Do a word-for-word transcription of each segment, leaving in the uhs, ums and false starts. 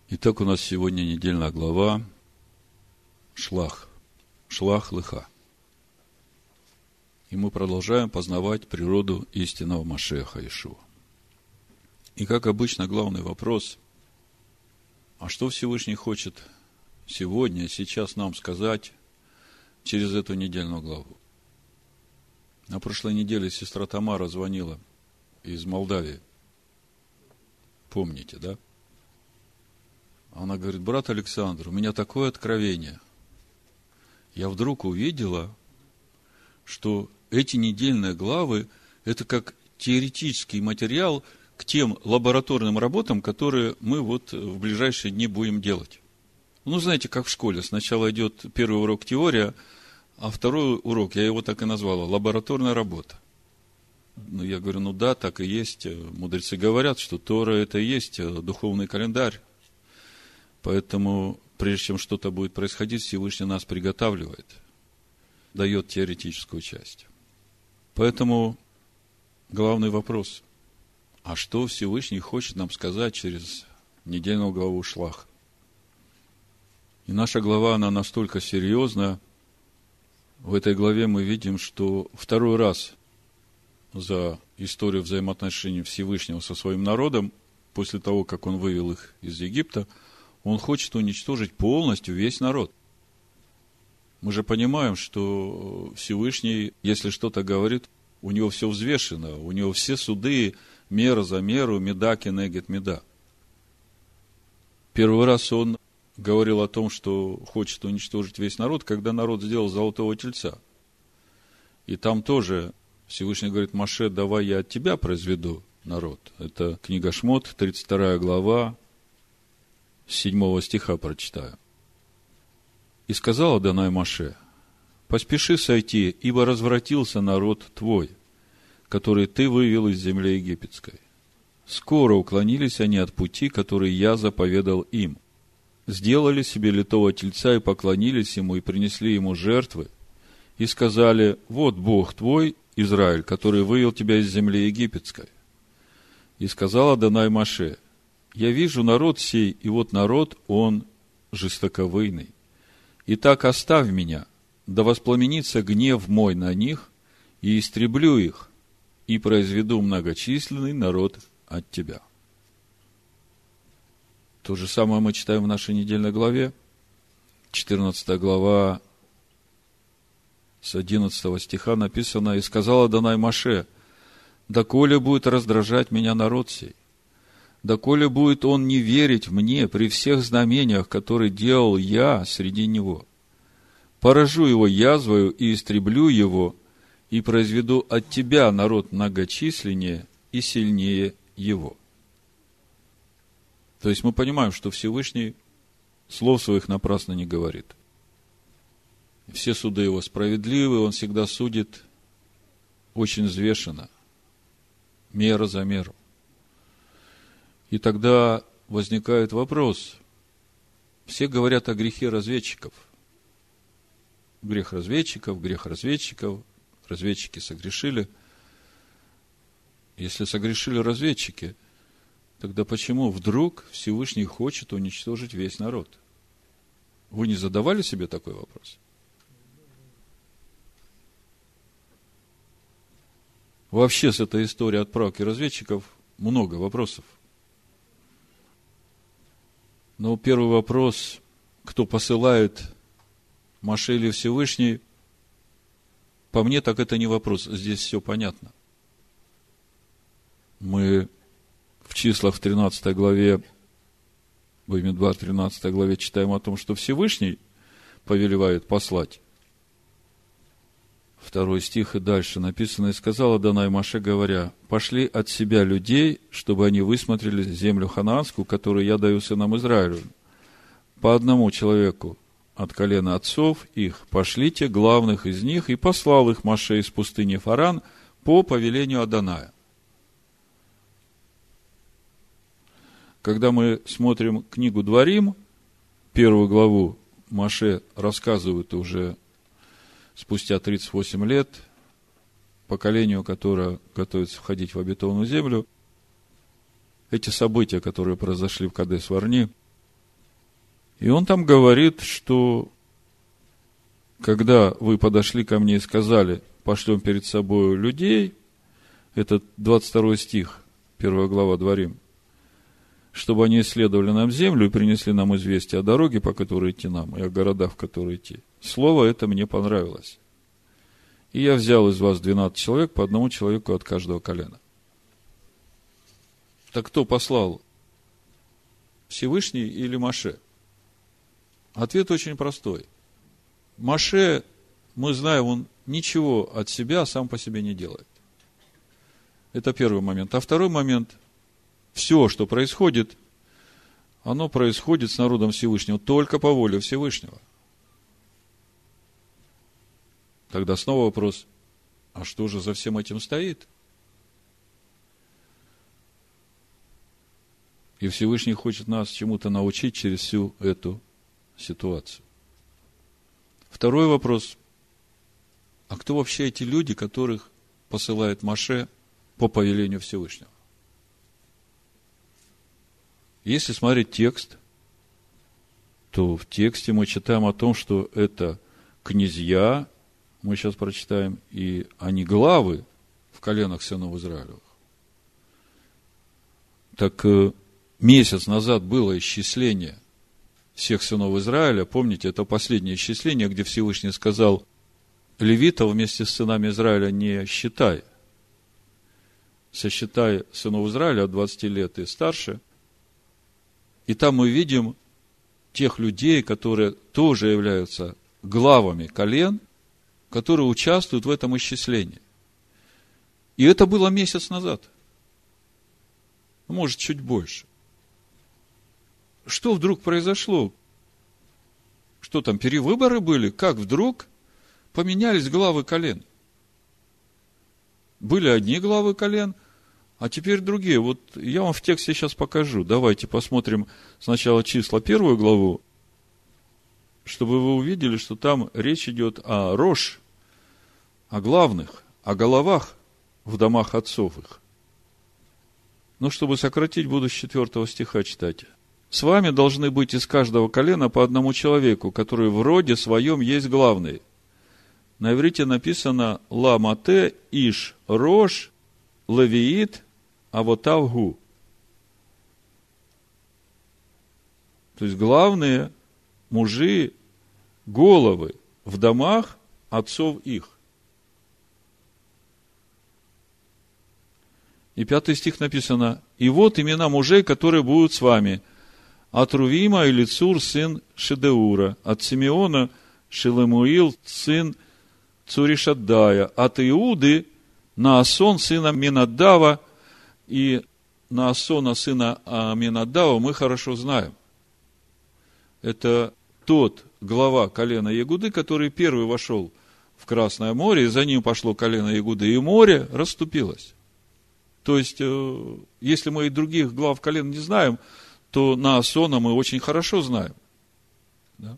Итак, у нас сегодня недельная глава Шлах. Шлах Лыха. И мы продолжаем познавать природу истинного Машеха Иешуа. И, как обычно, главный вопрос: а что Всевышний хочет сегодня, сейчас нам сказать через эту недельную главу? На прошлой неделе сестра Тамара звонила из Молдавии. Помните, да? Она говорит: брат Александр, у меня такое откровение. Я вдруг увидела, что эти недельные главы – это как теоретический материал к тем лабораторным работам, которые мы вот в ближайшие дни будем делать. Ну, знаете, как в школе. Сначала идет первый урок теория, а второй урок, я его так и назвала, лабораторная работа. Ну, я говорю, ну да, так и есть. Мудрецы говорят, что Тора – это и есть духовный календарь. Поэтому, прежде чем что-то будет происходить, Всевышний нас приготавливает, дает теоретическую часть. Поэтому главный вопрос: а что Всевышний хочет нам сказать через недельную главу Шлах? И наша глава, она настолько серьезна. В этой главе мы видим, что второй раз за историю взаимоотношений Всевышнего со своим народом, после того, как он вывел их из Египта, он хочет уничтожить полностью весь народ. Мы же понимаем, что Всевышний, если что-то говорит, у него все взвешено, у него все суды, мера за меру, меда кенегет меда. Первый раз он говорил о том, что хочет уничтожить весь народ, когда народ сделал золотого тельца. И там тоже Всевышний говорит: Моше, давай я от тебя произведу народ. Это книга Шмот, тридцать вторая глава, с седьмого стиха прочитаю. «И сказал Адонай Моше: поспеши сойти, ибо развратился народ твой, который ты вывел из земли египетской. Скоро уклонились они от пути, который я заповедал им. Сделали себе литого тельца и поклонились ему, и принесли ему жертвы, и сказали: вот Бог твой, Израиль, который вывел тебя из земли египетской. И сказал Адонай Моше: я вижу народ сей, и вот народ, он жестоковыйный. Итак, оставь меня, да воспламенится гнев мой на них, и истреблю их, и произведу многочисленный народ от тебя». То же самое мы читаем в нашей недельной главе. четырнадцатая глава, с одиннадцатого стиха написано: «И сказал Адонай Моше: доколе будет раздражать меня народ сей, доколе будет он не верить мне при всех знамениях, которые делал я среди него, поражу его язвою и истреблю его, и произведу от тебя народ многочисленнее и сильнее его». То есть мы понимаем, что Всевышний слов своих напрасно не говорит. Все суды его справедливы, он всегда судит очень взвешенно, мера за меру. И тогда возникает вопрос: все говорят о грехе разведчиков. Грех разведчиков, грех разведчиков, разведчики согрешили. Если согрешили разведчики, тогда почему вдруг Всевышний хочет уничтожить весь народ? Вы не задавали себе такой вопрос? Вообще с этой историей отправки разведчиков много вопросов. Но первый вопрос: кто посылает, Моше или Всевышний? По мне, так это не вопрос, здесь все понятно. Мы в числах в тринадцатой главе, Бамидбар тринадцатой главе читаем о том, что Всевышний повелевает послать. Второй стих и дальше написано: «И сказал Адонай Моше, говоря: пошли от себя людей, чтобы они высмотрели землю ханаанскую, которую я даю сынам Израилю. По одному человеку от колена отцов их пошлите главных из них, и послал их Моше из пустыни Фаран по повелению Адоная». Когда мы смотрим книгу Дворим, первую главу, Моше рассказывает уже спустя тридцать восемь лет поколению, которое готовится входить в обетованную землю, эти события, которые произошли в Кадес-Варни, И он там говорит, что когда вы подошли ко мне и сказали, пошлем перед собой людей, это двадцать второй стих, первая глава Дворим, чтобы они исследовали нам землю и принесли нам известие о дороге, по которой идти нам, и о городах, в которые идти. Слово это мне понравилось. И я взял из вас двенадцать человек, по одному человеку от каждого колена. Так кто послал? Всевышний или Моше? Ответ очень простой. Моше, мы знаем, он ничего от себя сам по себе не делает. Это первый момент. А второй момент, все, что происходит, оно происходит с народом Всевышнего только по воле Всевышнего. Тогда снова вопрос, а что же за всем этим стоит? И Всевышний хочет нас чему-то научить через всю эту ситуацию. Второй вопрос. А кто вообще эти люди, которых посылает Моше по повелению Всевышнего? Если смотреть текст, то в тексте мы читаем о том, что это князья, мы сейчас прочитаем, и они главы в коленах сынов Израилевых. Так месяц назад было исчисление всех сынов Израиля. Помните, это последнее исчисление, где Всевышний сказал, левитов вместе с сынами Израиля не считай. Сосчитай сынов Израиля от двадцати лет и старше. И там мы видим тех людей, которые тоже являются главами колен, которые участвуют в этом исчислении. И это было месяц назад. Может, чуть больше. Что вдруг произошло? Что там, перевыборы были? Как вдруг поменялись главы колен? Были одни главы колен, а теперь другие. Вот я вам в тексте сейчас покажу. Давайте посмотрим сначала числа первую главу, чтобы вы увидели, что там речь идет о рош, о главных, о головах в домах отцов их. Но чтобы сократить, буду с четвертого стиха читать. С вами должны быть из каждого колена по одному человеку, который в роде своем есть главный. На иврите написано ламате иш рош левиит авотавгу. То есть главные мужи, головы в домах отцов их. И пятый стих написано: и вот имена мужей, которые будут с вами. От Рувима Элицур, сын Шедеура, от Симеона Шелемуил, сын Цуришаддая, от Иуды Наасон, сына Минадава, и Наасона, сына Аминадава, мы хорошо знаем. Это тот глава колена Иуды, который первый вошел в Красное море, и за ним пошло колено Иуды, и море расступилось. То есть, если мы и других глав колен не знаем, то Наасона мы очень хорошо знаем. Да?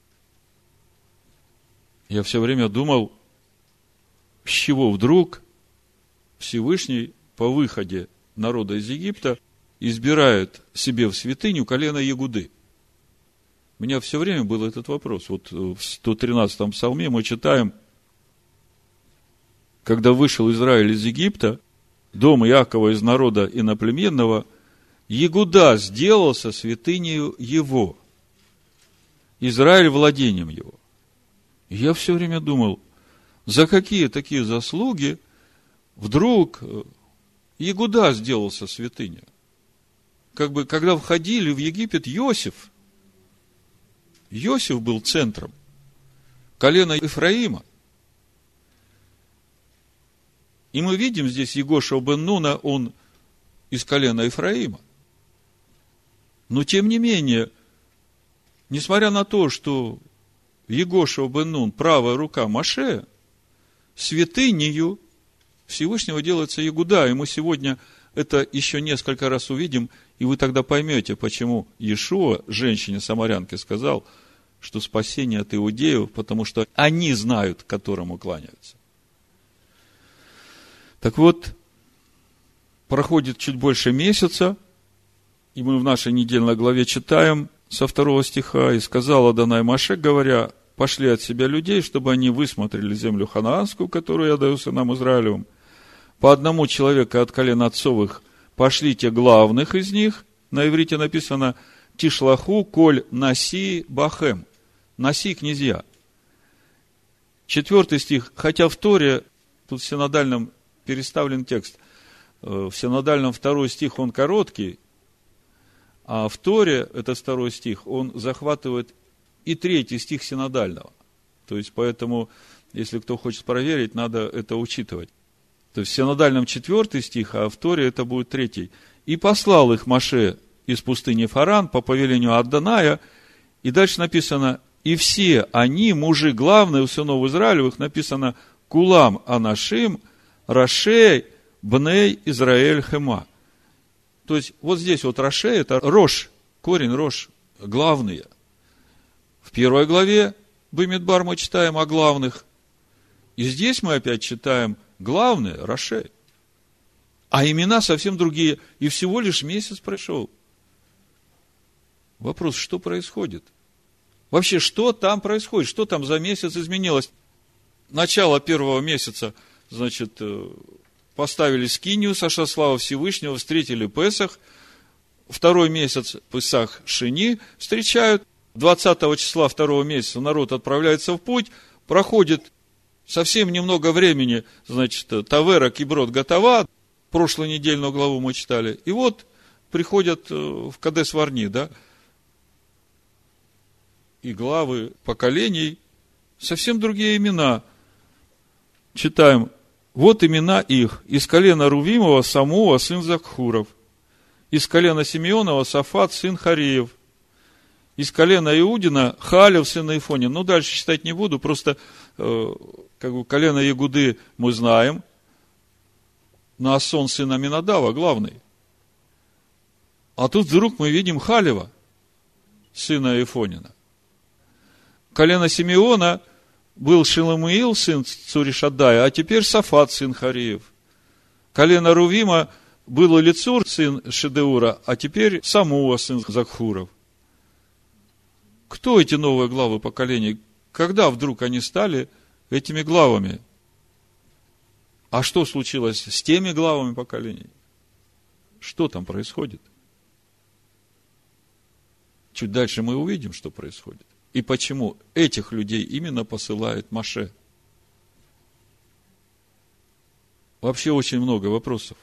Я все время думал, с чего вдруг Всевышний по выходе народа из Египта избирает себе в святыню колено Иуды. У меня все время был этот вопрос. Вот в сто тринадцатом псалме мы читаем, когда вышел Израиль из Египта, дом Иакова из народа иноплеменного, Иуда сделался святынею его, Израиль владением его. И я все время думал, за какие такие заслуги вдруг Иуда сделался святыней? Как бы, когда входили в Египет Иосиф, Иосиф был центром, колено Ефраима. И мы видим здесь Егошуа бен Нуна, он из колена Ефраима. Но, тем не менее, несмотря на то, что Егошуа бен Нун, правая рука Моше, святынею Всевышнего делается Иуда. И мы сегодня это еще несколько раз увидим, и вы тогда поймете, почему Иешуа, женщине-самарянке, сказал, что спасение от иудеев, потому что они знают, которому кланяются. Так вот, проходит чуть больше месяца, и мы в нашей недельной главе читаем, со второго стиха, и сказал Адонай Моше, говоря: пошли от себя людей, чтобы они высмотрели землю ханаанскую, которую я даю сынам Израилевым. По одному человеку от колен отцовых пошлите главных из них. На иврите написано Тишлаху, Коль, Наси, Бахем. Наси, князья. Четвертый стих. Хотя в Торе, тут в синодальном переставлен текст, в синодальном второй стих, он короткий, а в Торе, это второй стих, он захватывает и третий стих синодального. То есть, поэтому, если кто хочет проверить, надо это учитывать. То есть, в синодальном четвертый стих, а в Торе это будет третий. «И послал их Моше из пустыни Фаран по повелению Адоная». И дальше написано: «И все они, мужи главные у сынов Израилевых», написано «Кулам Анашим, Рашей, Бней, Израиль, Хема». То есть, вот здесь вот Рашей, это Рош, корень Рош, главные. В первой главе Бамидбар мы читаем о главных. И здесь мы опять читаем главные, Рашей. А имена совсем другие. И всего лишь месяц прошел. Вопрос, что происходит? Вообще, что там происходит? Что там за месяц изменилось? Начало первого месяца, значит, поставили скинию, сошла слава Всевышнего, встретили Песах. Второй месяц Песах Шини встречают. двадцатого числа второго месяца народ отправляется в путь. Проходит совсем немного времени, значит, Тавера, Киброт, Готова. Прошлую недельную главу мы читали. И вот приходят в Кадес-Варни, да? И главы поколений, совсем другие имена. Читаем. Вот имена их. Из колена Рувимова Самуа, сын Закхуров. Из колена Симеонова Сафат, сын Хариев. Из колена Иудина Халев, сын Ифонин. Ну, дальше читать не буду, просто э, как бы колено Ягуды мы знаем. Наасон, сын Аминадава, главный. А тут вдруг мы видим Халева, сына Ифонина. Колено Симеона был Шеломиил, сын Цуришаддая, а теперь Сафат, сын Хариев. Колено Рувима был Элицур, сын Шедеура, а теперь Самуа, сын Закхуров. Кто эти новые главы поколений? Когда вдруг они стали этими главами? А что случилось с теми главами поколений? Что там происходит? Чуть дальше мы увидим, что происходит. И почему этих людей именно посылает Моше. Вообще очень много вопросов.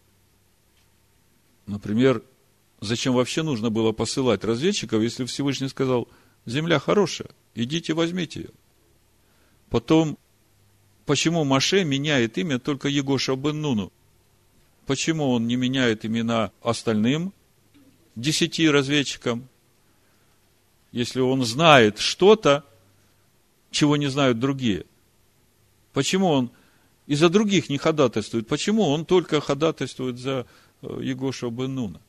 Например, зачем вообще нужно было посылать разведчиков, если Всевышний сказал: земля хорошая, идите возьмите ее. Потом, почему Моше меняет имя только Егоша бен Нуну? Почему он не меняет имена остальным десяти разведчикам? Если он знает что-то, чего не знают другие. Почему он и за других не ходатайствует? Почему он только ходатайствует за Егоша бен Нуна?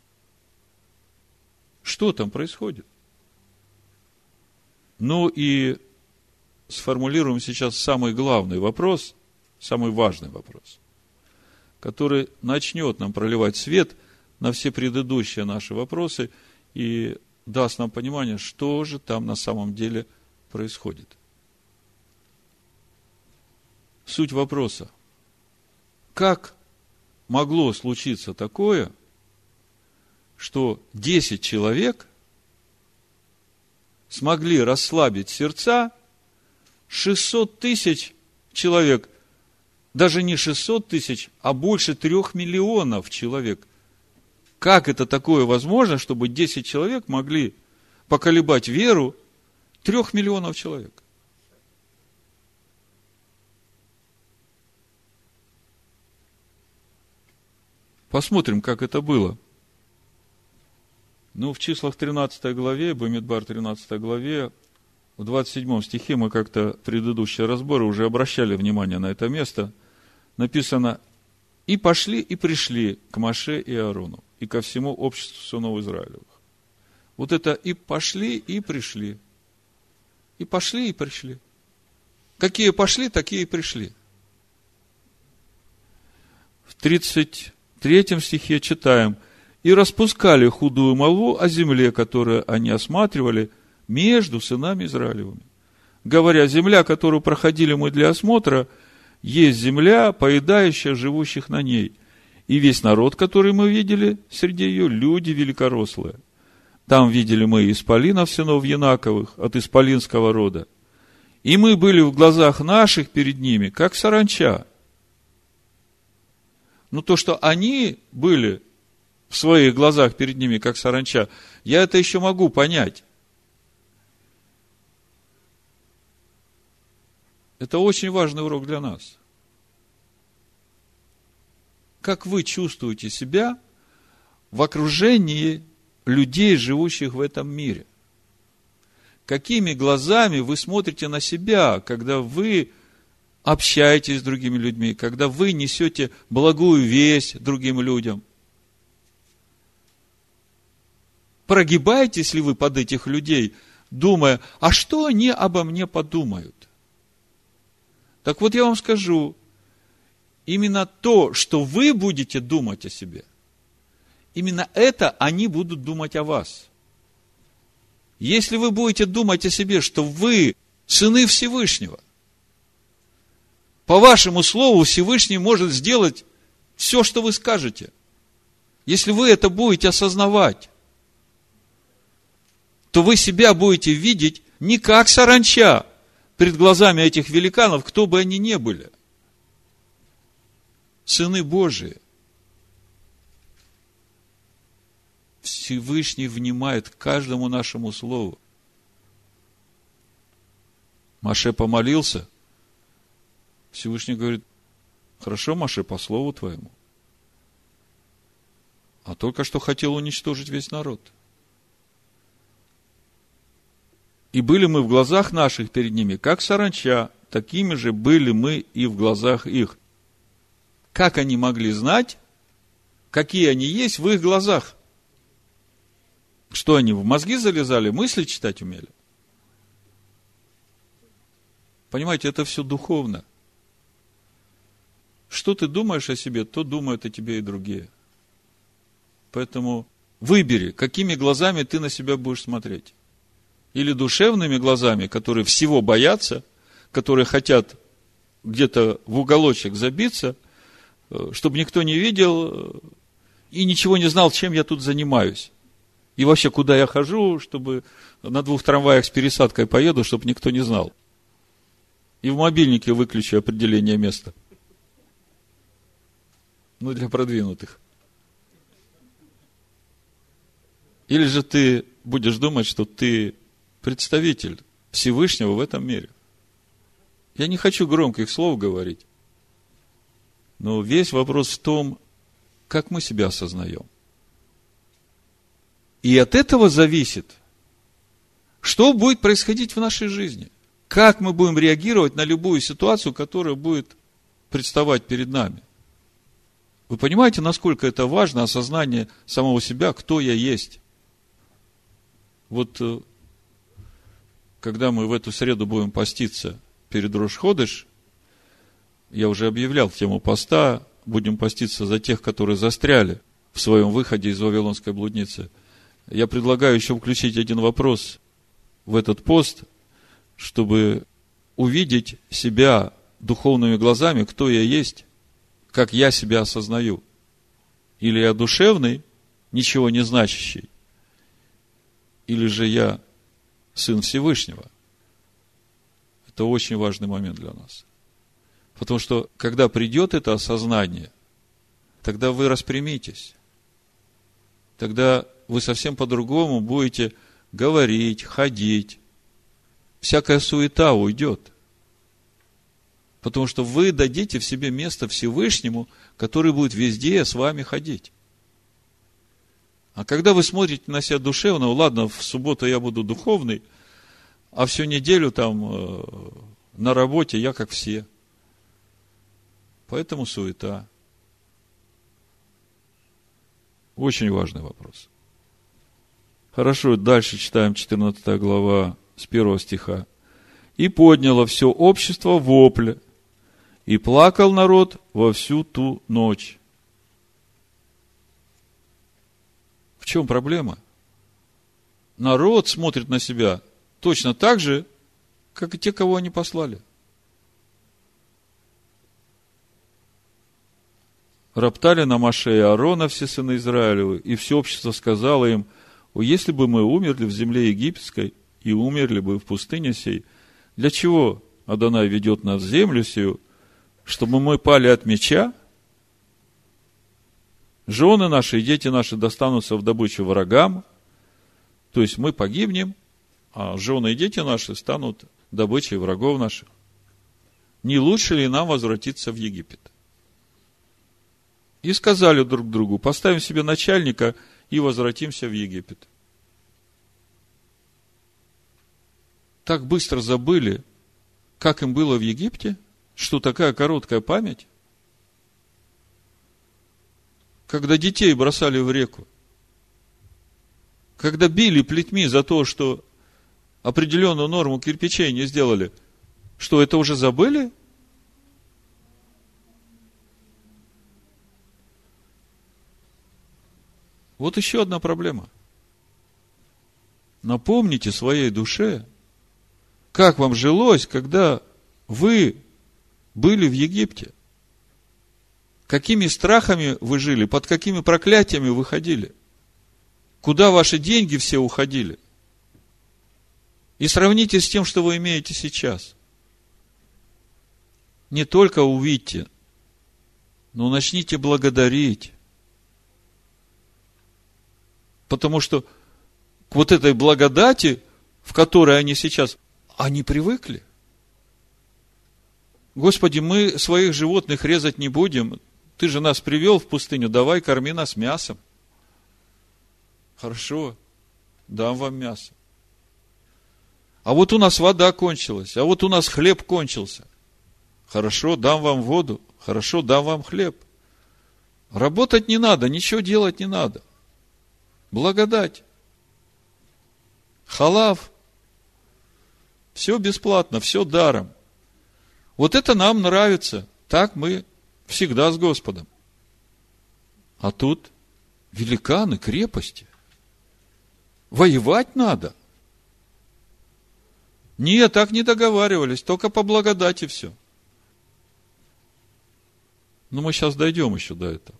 Что там происходит? Ну и сформулируем сейчас самый главный вопрос, самый важный вопрос, который начнет нам проливать свет на все предыдущие наши вопросы и даст нам понимание, что же там на самом деле происходит. Суть вопроса. Как могло случиться такое, что десять человек смогли расслабить сердца шестьсот тысяч человек, даже не шестьсот тысяч, а больше трех миллионов человек? Как это такое возможно, чтобы десять человек могли поколебать веру трех миллионов человек? Посмотрим, как это было. Ну, в числах тринадцатой главе, Бамидбар тринадцатой главе, в двадцать седьмом стихе мы как-то в предыдущие разборы уже обращали внимание на это место. Написано: «И пошли, и пришли к Моше и Аарону, и ко всему обществу сынов Израилевых». Вот это «и пошли, и пришли». И пошли, и пришли. Какие пошли, такие и пришли. В тридцать третьем стихе читаем: и распускали худую молву о земле, которую они осматривали между сынами Израилевыми, говоря: земля, которую проходили мы для осмотра, есть земля, поедающая живущих на ней. И весь народ, который мы видели среди ее, люди великорослые. Там видели мы исполинов, сынов Янаковых, от исполинского рода. И мы были в глазах наших перед ними, как саранча. Но то, что они были в своих глазах перед ними, как саранча, я это еще могу понять. Это очень важный урок для нас. Как вы чувствуете себя в окружении людей, живущих в этом мире? Какими глазами вы смотрите на себя, когда вы общаетесь с другими людьми, когда вы несете благую весть другим людям? Прогибаетесь ли вы под этих людей, думая: а что они обо мне подумают? Так вот, я вам скажу, именно то, что вы будете думать о себе, именно это они будут думать о вас. Если вы будете думать о себе, что вы сыны Всевышнего, по вашему слову Всевышний может сделать все, что вы скажете. Если вы это будете осознавать, то вы себя будете видеть не как саранча перед глазами этих великанов, кто бы они ни были. Сыны Божии. Всевышний внимает каждому нашему слову. Моше помолился. Всевышний говорит: хорошо, Моше, по слову твоему. А только что хотел уничтожить весь народ. И были мы в глазах наших перед ними, как саранча, такими же были мы и в глазах их. Как они могли знать, какие они есть в их глазах? Что они, в мозги залезали, мысли читать умели? Понимаете, это все духовно. Что ты думаешь о себе, то думают о тебе и другие. Поэтому выбери, какими глазами ты на себя будешь смотреть. Или душевными глазами, которые всего боятся, которые хотят где-то в уголочек забиться, чтобы никто не видел и ничего не знал, чем я тут занимаюсь. И вообще, куда я хожу, чтобы на двух трамваях с пересадкой поеду, чтобы никто не знал. И в мобильнике выключу определение места. Ну, для продвинутых. Или же ты будешь думать, что ты представитель Всевышнего в этом мире. Я не хочу громких слов говорить, но весь вопрос в том, как мы себя осознаем. И от этого зависит, что будет происходить в нашей жизни. Как мы будем реагировать на любую ситуацию, которая будет представать перед нами. Вы понимаете, насколько это важно, осознание самого себя, кто я есть. Вот когда мы в эту среду будем поститься перед Рош-ходеш, я уже объявлял тему поста, будем поститься за тех, которые застряли в своем выходе из Вавилонской блудницы. Я предлагаю еще включить один вопрос в этот пост, чтобы увидеть себя духовными глазами, кто я есть, как я себя осознаю. Или я душевный, ничего не значащий, или же я сын Всевышнего. Это очень важный момент для нас. Потому что, когда придет это осознание, тогда вы распрямитесь. Тогда вы совсем по-другому будете говорить, ходить. Всякая суета уйдет. Потому что вы дадите в себе место Всевышнему, который будет везде с вами ходить. А когда вы смотрите на себя душевно, ладно, в субботу я буду духовный, а всю неделю там э, на работе я как все. Поэтому суета. Очень важный вопрос. Хорошо, дальше читаем четырнадцатая глава с первого стиха. «И подняло все общество вопль, и плакал народ во всю ту ночь». чем проблема? Народ смотрит на себя точно так же, как и те, кого они послали. Роптали на Моше и Аарона все сыны Израилевы, и все общество сказало им: о, если бы мы умерли в земле египетской и умерли бы в пустыне сей, для чего Адонай ведет нас в землю сию, чтобы мы пали от меча? Жены наши и дети наши достанутся в добычу врагам, то есть мы погибнем, а жены и дети наши станут добычей врагов наших. Не лучше ли нам возвратиться в Египет? И сказали друг другу: поставим себе начальника и возвратимся в Египет. Так быстро забыли, как им было в Египте, что такая короткая память. Когда детей бросали в реку, когда били плетьми за то, что определенную норму кирпичей не сделали, что это уже забыли? Вот еще одна проблема. Напомните своей душе, как вам жилось, когда вы были в Египте. Какими страхами вы жили, под какими проклятиями вы ходили. Куда ваши деньги все уходили. И сравните с тем, что вы имеете сейчас. Не только увидьте, но начните благодарить. Потому что к вот этой благодати, в которой они сейчас, они привыкли. Господи, мы своих животных резать не будем. Ты же нас привел в пустыню, давай корми нас мясом. Хорошо, дам вам мясо. А вот у нас вода кончилась, а вот у нас хлеб кончился. Хорошо, дам вам воду, хорошо, дам вам хлеб. Работать не надо, ничего делать не надо. Благодать. Халав. Все бесплатно, все даром. Вот это нам нравится. Так мы всегда с Господом. А тут великаны, крепости. Воевать надо. Нет, так не договаривались, только по благодати все. Но мы сейчас дойдем еще до этого.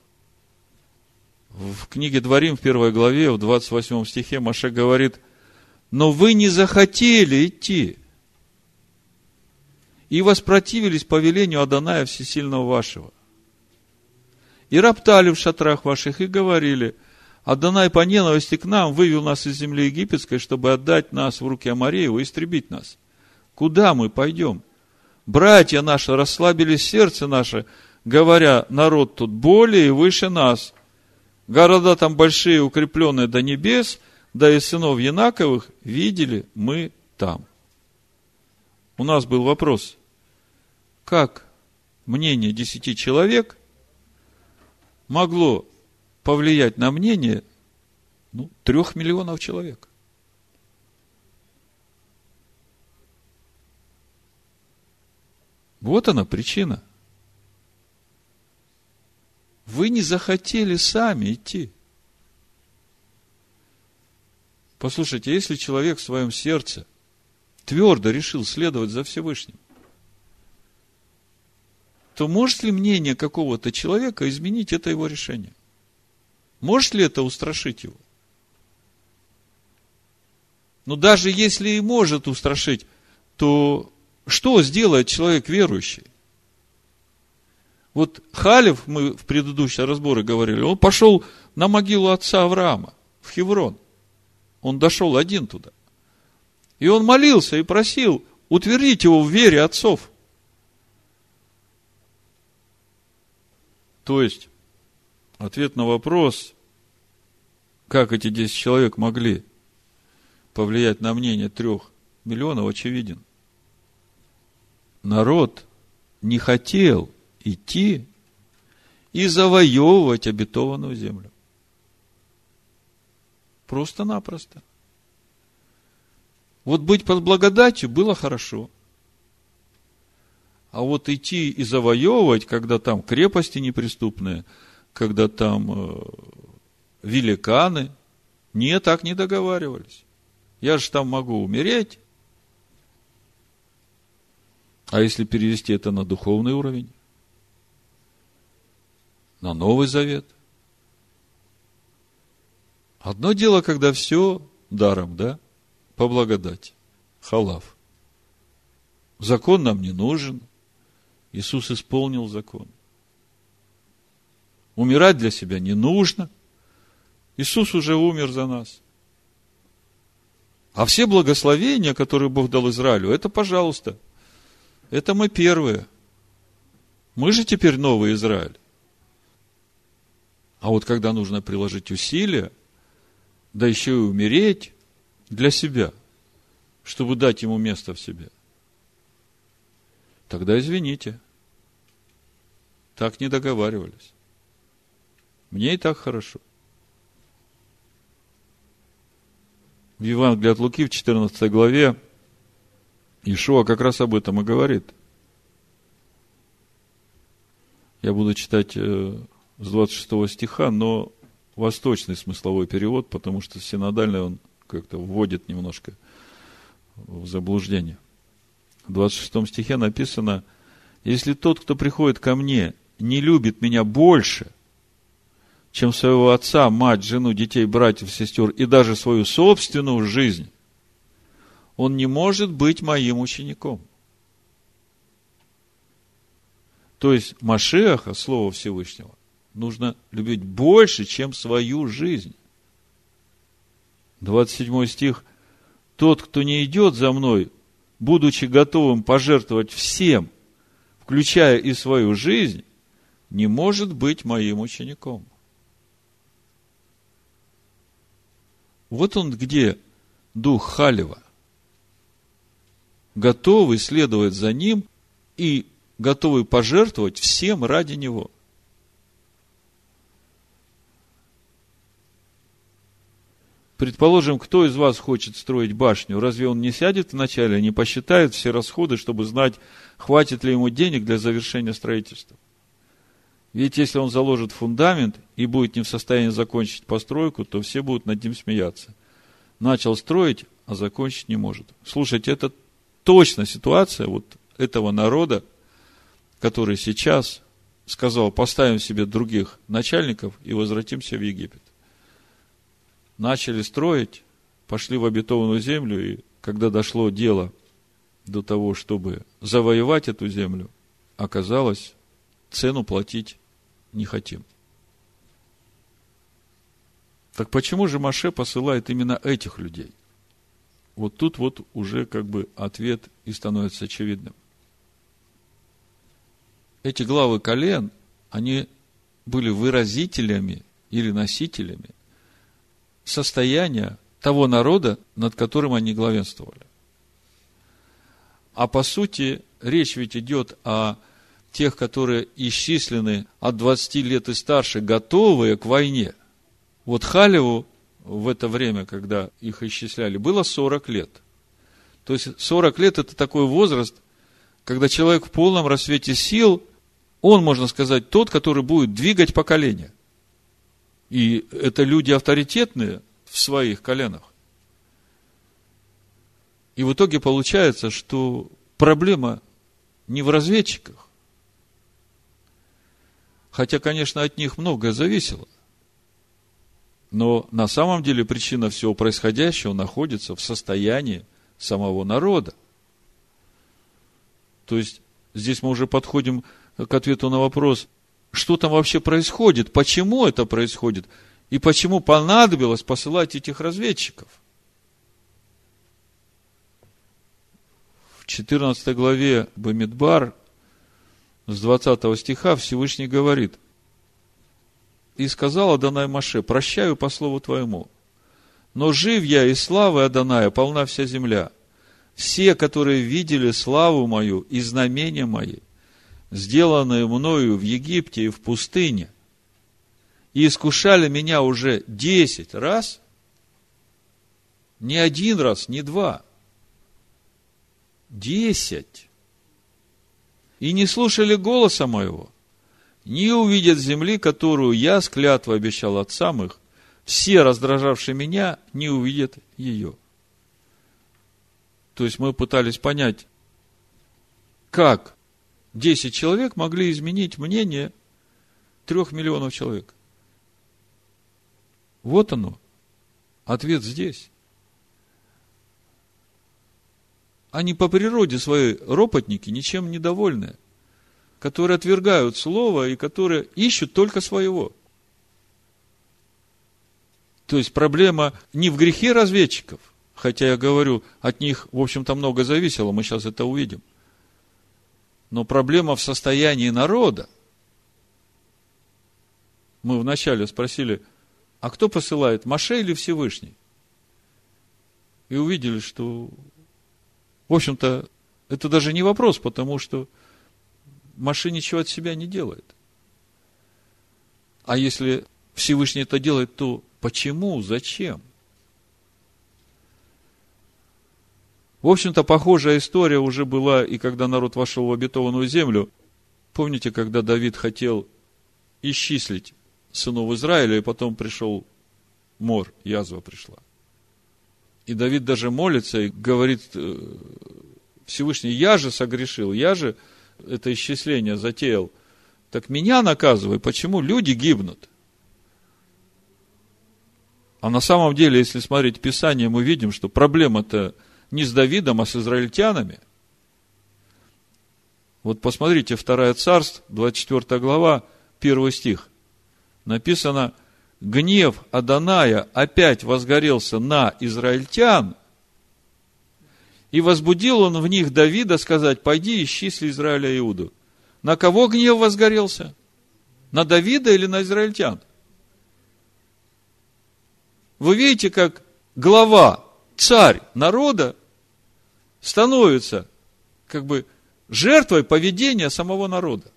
В книге Дворим, в первой главе, в двадцать восьмом стихе Моше говорит: но вы не захотели идти и воспротивились повелению Адоная Всесильного вашего. И роптали в шатрах ваших и говорили: Адонай по ненависти к нам вывел нас из земли египетской, чтобы отдать нас в руки Аморееву и истребить нас. Куда мы пойдем? Братья наши расслабили сердце наше, говоря: народ тут более и выше нас. Города там большие, укрепленные до небес, да и сынов Янаковых видели мы там. У нас был вопрос: как мнение десяти человек могло повлиять на мнение ну, трех миллионов человек? Вот она причина. Вы не захотели сами идти. Послушайте, если человек в своем сердце твердо решил следовать за Всевышним, то может ли мнение какого-то человека изменить это его решение? Может ли это устрашить его? Но даже если и может устрашить, то что сделает человек верующий? Вот Халев, мы в предыдущем разборе говорили, он пошел на могилу отца Авраама в Хеврон. Он дошел один туда. И он молился и просил утвердить его в вере отцов. То есть, ответ на вопрос, как эти десять человек могли повлиять на мнение трех миллионов, очевиден. Народ не хотел идти и завоевывать обетованную землю. Просто-напросто. Вот быть под благодатью было хорошо. А вот идти и завоевывать, когда там крепости неприступные, когда там э, великаны, Нет, так не договаривались. Я же там могу умереть. А если перевести это на духовный уровень? На Новый Завет? Одно дело, когда все даром, да? По благодати. Халав. Закон нам не нужен. Иисус исполнил закон. Умирать для себя не нужно. Иисус уже умер за нас. А все благословения, которые Бог дал Израилю, это, пожалуйста, это мы первые. Мы же теперь новый Израиль. А вот когда нужно приложить усилия, да еще и умереть для себя, чтобы дать ему место в себе, тогда извините, так не договаривались. Мне и так хорошо. В Евангелии от Луки в четырнадцатой главе Иешуа как раз об этом и говорит. Я буду читать с двадцать шестого стиха, но восточный смысловой перевод, потому что синодальный он как-то вводит немножко в заблуждение. В двадцать шестом стихе написано: если тот, кто приходит ко мне, не любит меня больше, чем своего отца, мать, жену, детей, братьев, сестер и даже свою собственную жизнь, он не может быть моим учеником. То есть Машиаха, Слово Всевышнего, нужно любить больше, чем свою жизнь. двадцать седьмой стих. Тот, кто не идет за мной, будучи готовым пожертвовать всем, включая и свою жизнь, не может быть моим учеником. Вот он где дух Халева. Готовый следовать за ним и готовый пожертвовать всем ради него. Предположим, кто из вас хочет строить башню? Разве он не сядет вначале, не посчитает все расходы, чтобы знать, хватит ли ему денег для завершения строительства? Ведь если он заложит фундамент и будет не в состоянии закончить постройку, то все будут над ним смеяться. Начал строить, а закончить не может. Слушайте, это точно ситуация вот этого народа, который сейчас сказал: поставим себе других начальников и возвратимся в Египет. Начали строить, пошли в обетованную землю, и когда дошло дело до того, чтобы завоевать эту землю, оказалось, цену платить не хотим. Так почему же Моше посылает именно этих людей? Вот тут вот уже как бы ответ и становится очевидным. Эти главы колен, они были выразителями или носителями состояния того народа, над которым они главенствовали. А по сути, речь ведь идет о тех, которые исчислены от двадцати лет и старше, готовые к войне. Вот Халеву в это время, когда их исчисляли, было сорок лет. То есть сорок лет – это такой возраст, когда человек в полном рассвете сил, он, можно сказать, тот, который будет двигать поколение. И это люди авторитетные в своих коленах. И в итоге получается, что проблема не в разведчиках. Хотя, конечно, от них многое зависело. Но на самом деле причина всего происходящего находится в состоянии самого народа. То есть, здесь мы уже подходим к ответу на вопрос, что там вообще происходит, почему это происходит, и почему понадобилось посылать этих разведчиков. В четырнадцатой главе Бамидбар с двадцатого стиха Всевышний говорит: «И сказал Адонай Моше: прощаю по слову твоему, но жив я, и славы Адоная полна вся земля. Все, которые видели славу мою и знамения мои, сделанные мною в Египте и в пустыне, и искушали меня уже десять раз, не один раз, не два, десять, и не слушали голоса моего, не увидят земли, которую я с клятвой обещал отцам их, все раздражавшие меня не увидят ее. То есть мы пытались понять, как десять человек могли изменить мнение трех миллионов человек. Вот оно. Ответ здесь. Они по природе своей ропотники, ничем недовольные, которые отвергают слово и которые ищут только своего. То есть проблема не в грехе разведчиков, хотя я говорю, от них, в общем-то, много зависело, мы сейчас это увидим. Но проблема в состоянии народа. Мы вначале спросили, а кто посылает, Моше или Всевышний? И увидели, что, в общем-то, это даже не вопрос, потому что Моше ничего от себя не делает. А если Всевышний это делает, то почему, зачем? В общем-то, похожая история уже была и когда народ вошел в обетованную землю. Помните, когда Давид хотел исчислить сынов Израиля, и потом пришел мор, язва пришла. И Давид даже молится и говорит: Всевышний, я же согрешил, я же это исчисление затеял. Так меня наказывай, почему люди гибнут? А на самом деле, если смотреть Писание, мы видим, что проблема-то не с Давидом, а с израильтянами. Вот посмотрите, второе Царств, двадцать четвёртая глава, первый стих. Написано: гнев Адоная опять возгорелся на израильтян, и возбудил он в них Давида сказать: пойди исчисли Израиля и Иуду. На кого гнев возгорелся? На Давида или на израильтян? Вы видите, как глава, царь народа становится как бы жертвой поведения самого народа.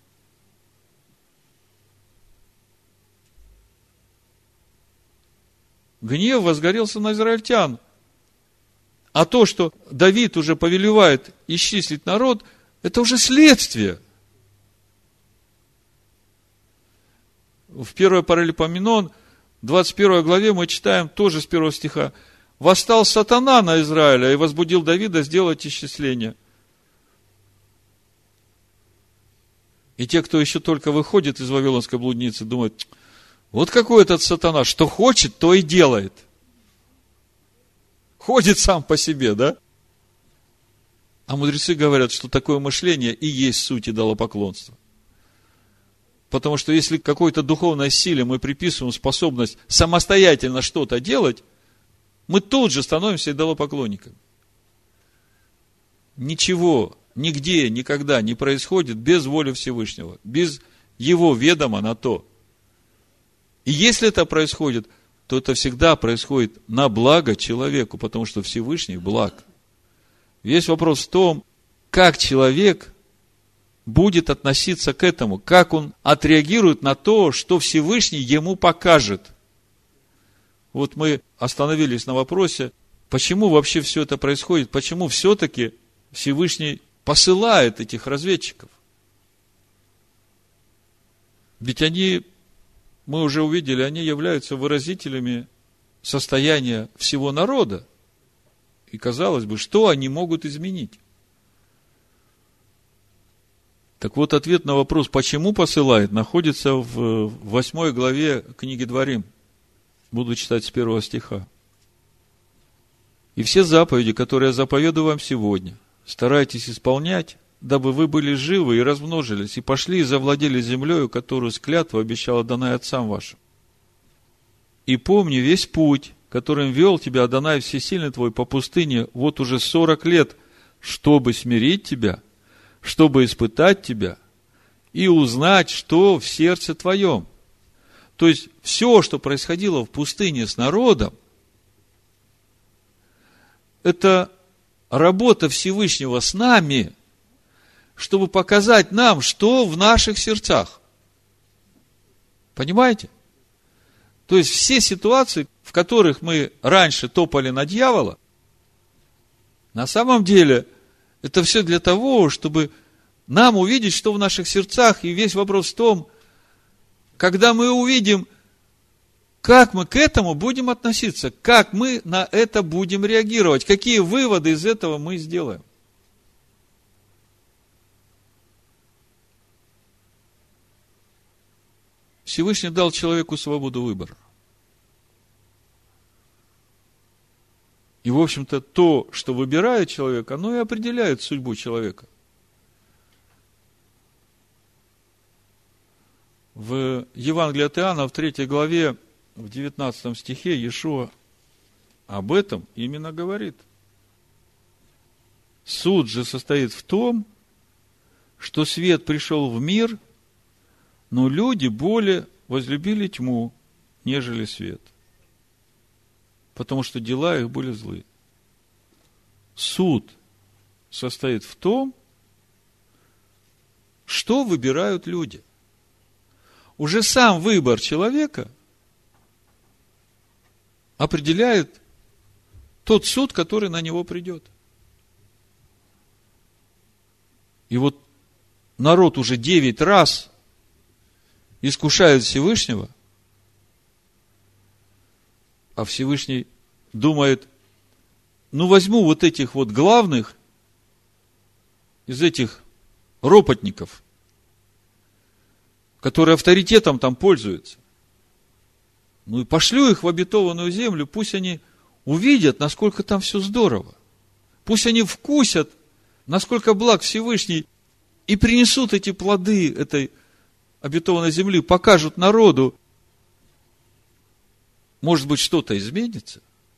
Гнев возгорелся на израильтян. А то, что Давид уже повелевает исчислить народ, это уже следствие. В первой Паралипоменон, двадцать первой главе, мы читаем тоже с первого стиха: «Восстал сатана на Израиля и возбудил Давида сделать исчисление». И те, кто еще только выходит из вавилонской блудницы, думают: вот какой этот сатана, что хочет, то и делает. Ходит сам по себе, да? А мудрецы говорят, что такое мышление и есть суть идолопоклонства. Потому что если какой-то духовной силе мы приписываем способность самостоятельно что-то делать, мы тут же становимся идолопоклонниками. Ничего, нигде, никогда не происходит без воли Всевышнего, без его ведома на то. И если это происходит, то это всегда происходит на благо человеку, потому что Всевышний благ. Весь вопрос в том, как человек будет относиться к этому, как он отреагирует на то, что Всевышний ему покажет. Вот мы остановились на вопросе, почему вообще все это происходит, почему все-таки Всевышний посылает этих разведчиков. Ведь они, мы уже увидели, они являются выразителями состояния всего народа. И казалось бы, что они могут изменить? Так вот, ответ на вопрос, почему посылает, находится в восьмой главе книги Дворим. Буду читать с первого стиха. «И все заповеди, которые я заповедую вам сегодня, старайтесь исполнять, дабы вы были живы и размножились, и пошли и завладели землею, которую с клятвой обещал Адонай отцам вашим. И помни весь путь, которым вел тебя Адонай Всесильный твой по пустыне вот уже сорок лет, чтобы смирить тебя, чтобы испытать тебя и узнать, что в сердце твоем». То есть, все, что происходило в пустыне с народом, это работа Всевышнего с нами, чтобы показать нам, что в наших сердцах. Понимаете? То есть, все ситуации, в которых мы раньше топали на дьявола, на самом деле, это все для того, чтобы нам увидеть, что в наших сердцах. И весь вопрос в том, когда мы увидим Как мы к этому будем относиться? Как мы на это будем реагировать? Какие выводы из этого мы сделаем? Всевышний дал человеку свободу выбора. И, в общем-то, то, что выбирает человек, оно и определяет судьбу человека. В Евангелии от Иоанна, в третьей главе, в девятнадцатом стихе, Иешуа об этом именно говорит. Суд же состоит в том, что свет пришел в мир, но люди более возлюбили тьму, нежели свет, потому что дела их были злы. Суд состоит в том, что выбирают люди. Уже сам выбор человека определяет тот суд, который на него придет. И вот народ уже девять раз искушает Всевышнего, а Всевышний думает, ну возьму вот этих вот главных из этих ропотников, которые авторитетом там пользуются. Ну и пошлю их в обетованную землю, пусть они увидят, насколько там все здорово. Пусть они вкусят, насколько благ Всевышний, и принесут эти плоды этой обетованной земли, покажут народу. Может быть, что-то изменится?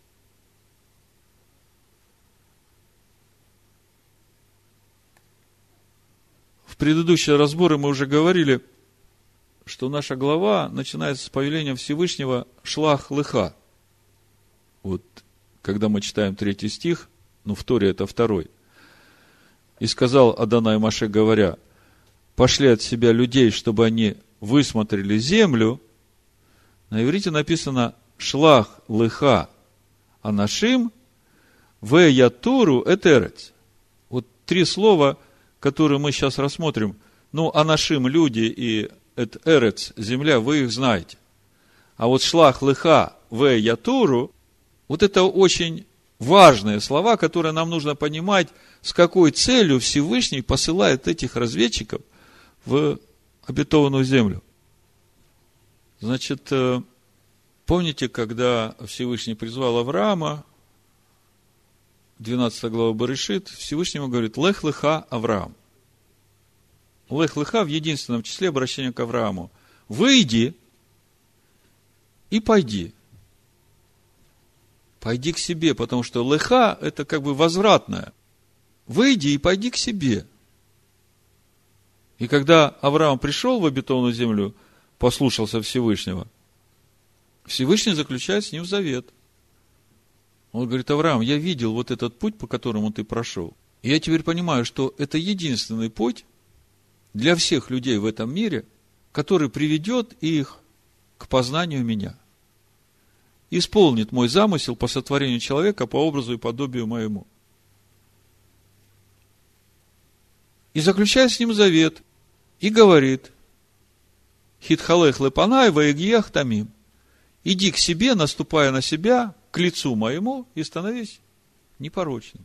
В предыдущие разборы мы уже говорили, что наша глава начинается с повеления Всевышнего «Шлах лыха». Вот, когда мы читаем третий стих, ну, в Торе это второй. «И сказал Адонай Моше, говоря, пошли от себя людей, чтобы они высмотрели землю». На иврите написано «Шлах лыха анашим ве ятуру этерец». Вот три слова, которые мы сейчас рассмотрим. Ну, анашим – люди, и эт эрец – земля, вы их знаете. А вот шлах лыха ве ятуру – вот это очень важные слова, которые нам нужно понимать, с какой целью Всевышний посылает этих разведчиков в обетованную землю. Значит, помните, когда Всевышний призвал Авраама, двенадцатая глава Берешит, Всевышнему говорит: «Лех леха Авраам». Лех леха в единственном числе обращения к Аврааму. Выйди и пойди. Пойди к себе, потому что леха – это как бы возвратное. Выйди и пойди к себе. И когда Авраам пришел в обетованную землю, послушался Всевышнего, Всевышний заключает с ним завет. Он говорит: Авраам, я видел вот этот путь, по которому ты прошел. И я теперь понимаю, что это единственный путь для всех людей в этом мире, который приведет их к познанию меня. Исполнит мой замысел по сотворению человека по образу и подобию моему. И заключает с ним завет, и говорит: Хитхалех лепанай ваегиях тамим. Иди к себе, наступая на себя, к лицу моему, и становись непорочным.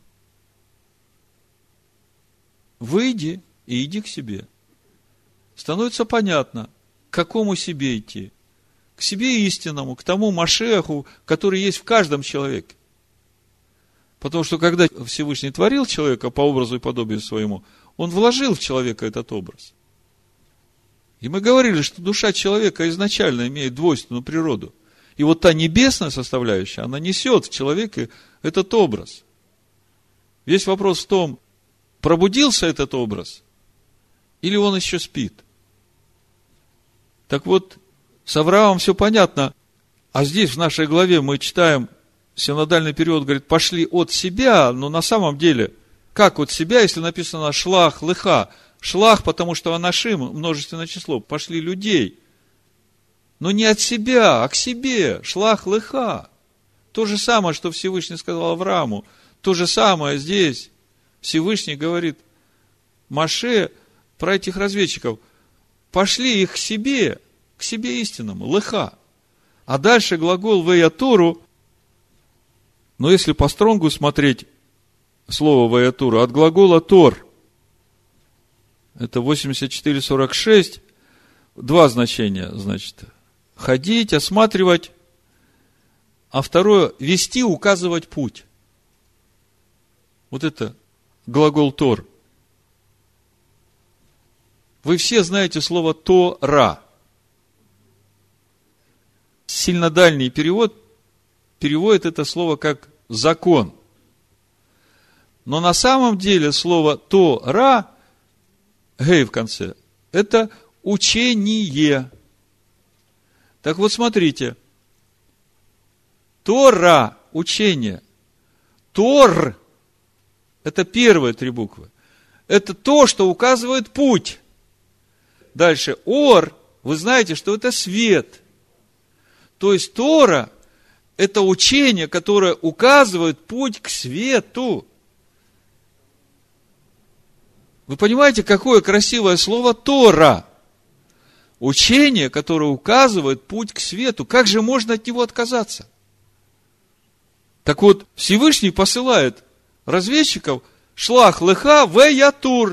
Выйди и иди к себе. Становится понятно, к какому себе идти. К себе истинному, к тому Машиаху, который есть в каждом человеке. Потому что, когда Всевышний творил человека по образу и подобию своему, он вложил в человека этот образ. И мы говорили, что душа человека изначально имеет двойственную природу. И вот та небесная составляющая, она несет в человеке этот образ. Весь вопрос в том, пробудился этот образ, или он еще спит. Так вот, с Авраамом все понятно. А здесь в нашей главе мы читаем, синодальный период говорит, пошли от себя, но на самом деле, как от себя, если написано шлах лыха? Шлах, потому что анашим, множественное число, пошли людей. Но не от себя, а к себе. Шлах лыха. То же самое, что Всевышний сказал Аврааму. То же самое здесь. Всевышний говорит Моше про этих разведчиков. Пошли их к себе, к себе истинному, лыха. А дальше глагол «веятору», но если по Стронгу смотреть слово «веятору», от глагола «тор», это восемьдесят четыре сорок шесть, два значения, значит, ходить, осматривать, а второе, вести, указывать путь. Вот это глагол «тор». Вы все знаете слово «тора». Сильно дальний перевод переводит это слово как «закон». Но на самом деле слово «тора», «гей» в конце, это учение. Так вот, смотрите. Тора – учение. Тор – это первые три буквы. Это то, что указывает путь. Дальше. Ор, вы знаете, что это свет. То есть Тора – это учение, которое указывает путь к свету. Вы понимаете, какое красивое слово Тора? Учение, которое указывает путь к свету. Как же можно от него отказаться? Так вот, Всевышний посылает разведчиков шлах леха веятур.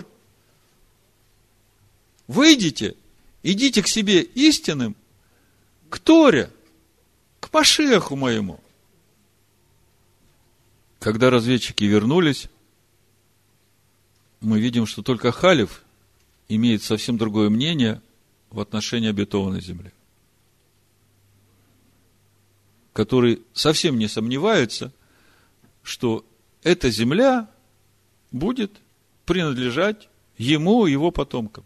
Выйдите, идите к себе истинным, к Торе, к Машиаху моему. Когда разведчики вернулись, мы видим, что только Халев имеет совсем другое мнение в отношении обетованной земли, который совсем не сомневается, что эта земля будет принадлежать ему и его потомкам.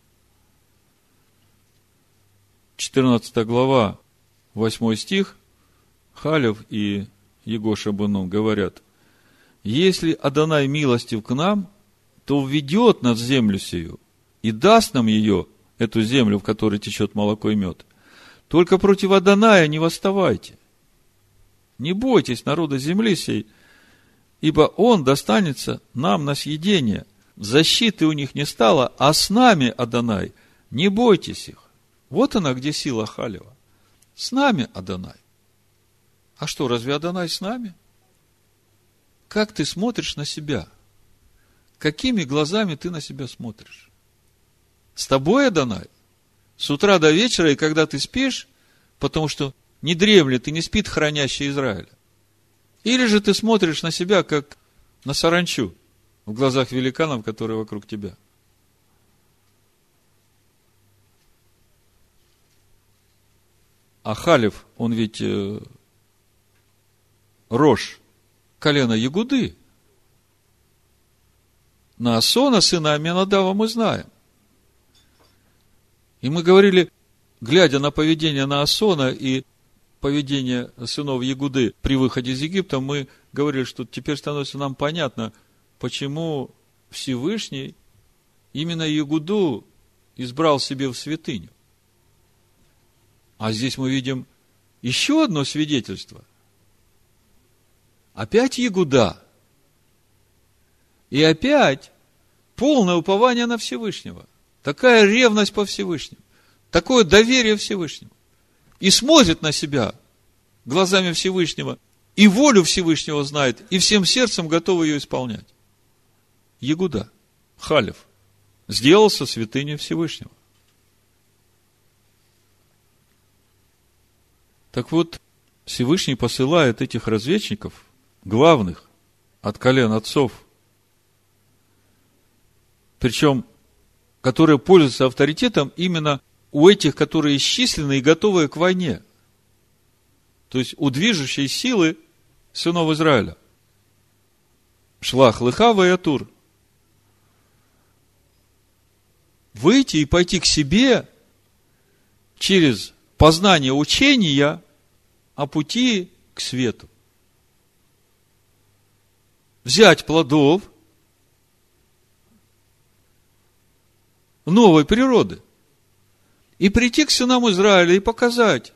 четырнадцатая глава, восьмой стих, Халев и Егоша бен-Нун говорят: если Адонай милостив к нам, то введет нас в землю сию и даст нам ее, эту землю, в которой течет молоко и мед. Только против Адоная не восставайте. Не бойтесь народа земли сей, ибо он достанется нам на съедение. Защиты у них не стало, а с нами, Адонай, не бойтесь их. Вот она, где сила Халева. С нами, Адонай. А что, разве Адонай с нами? Как ты смотришь на себя? Какими глазами ты на себя смотришь? С тобой, Адонай? С утра до вечера, и когда ты спишь, потому что не дремлет и не спит хранящий Израиля. Или же ты смотришь на себя, как на саранчу в глазах великанов, которые вокруг тебя. А Халев, он ведь э, рожь колена Ягуды. Наасона, сына Аминадава, мы знаем. И мы говорили, глядя на поведение Наасона и поведение сынов Ягуды при выходе из Египта, мы говорили, что теперь становится нам понятно, почему Всевышний именно Ягуду избрал себе в святыню. А здесь мы видим еще одно свидетельство. Опять Ягуда. И опять полное упование на Всевышнего. Такая ревность по Всевышнему. Такое доверие Всевышнему. И смотрит на себя глазами Всевышнего. И волю Всевышнего знает. И всем сердцем готов ее исполнять. Ягуда, Халев, сделался святыней Всевышнего. Так вот, Всевышний посылает этих разведчиков, главных, от колен отцов, причем, которые пользуются авторитетом именно у этих, которые исчислены и готовые к войне. То есть, у движущей силы сынов Израиля. Шлах леха веятур. Выйти и пойти к себе через познание учения о пути к свету. Взять плодов новой природы и прийти к сынам Израиля и показать.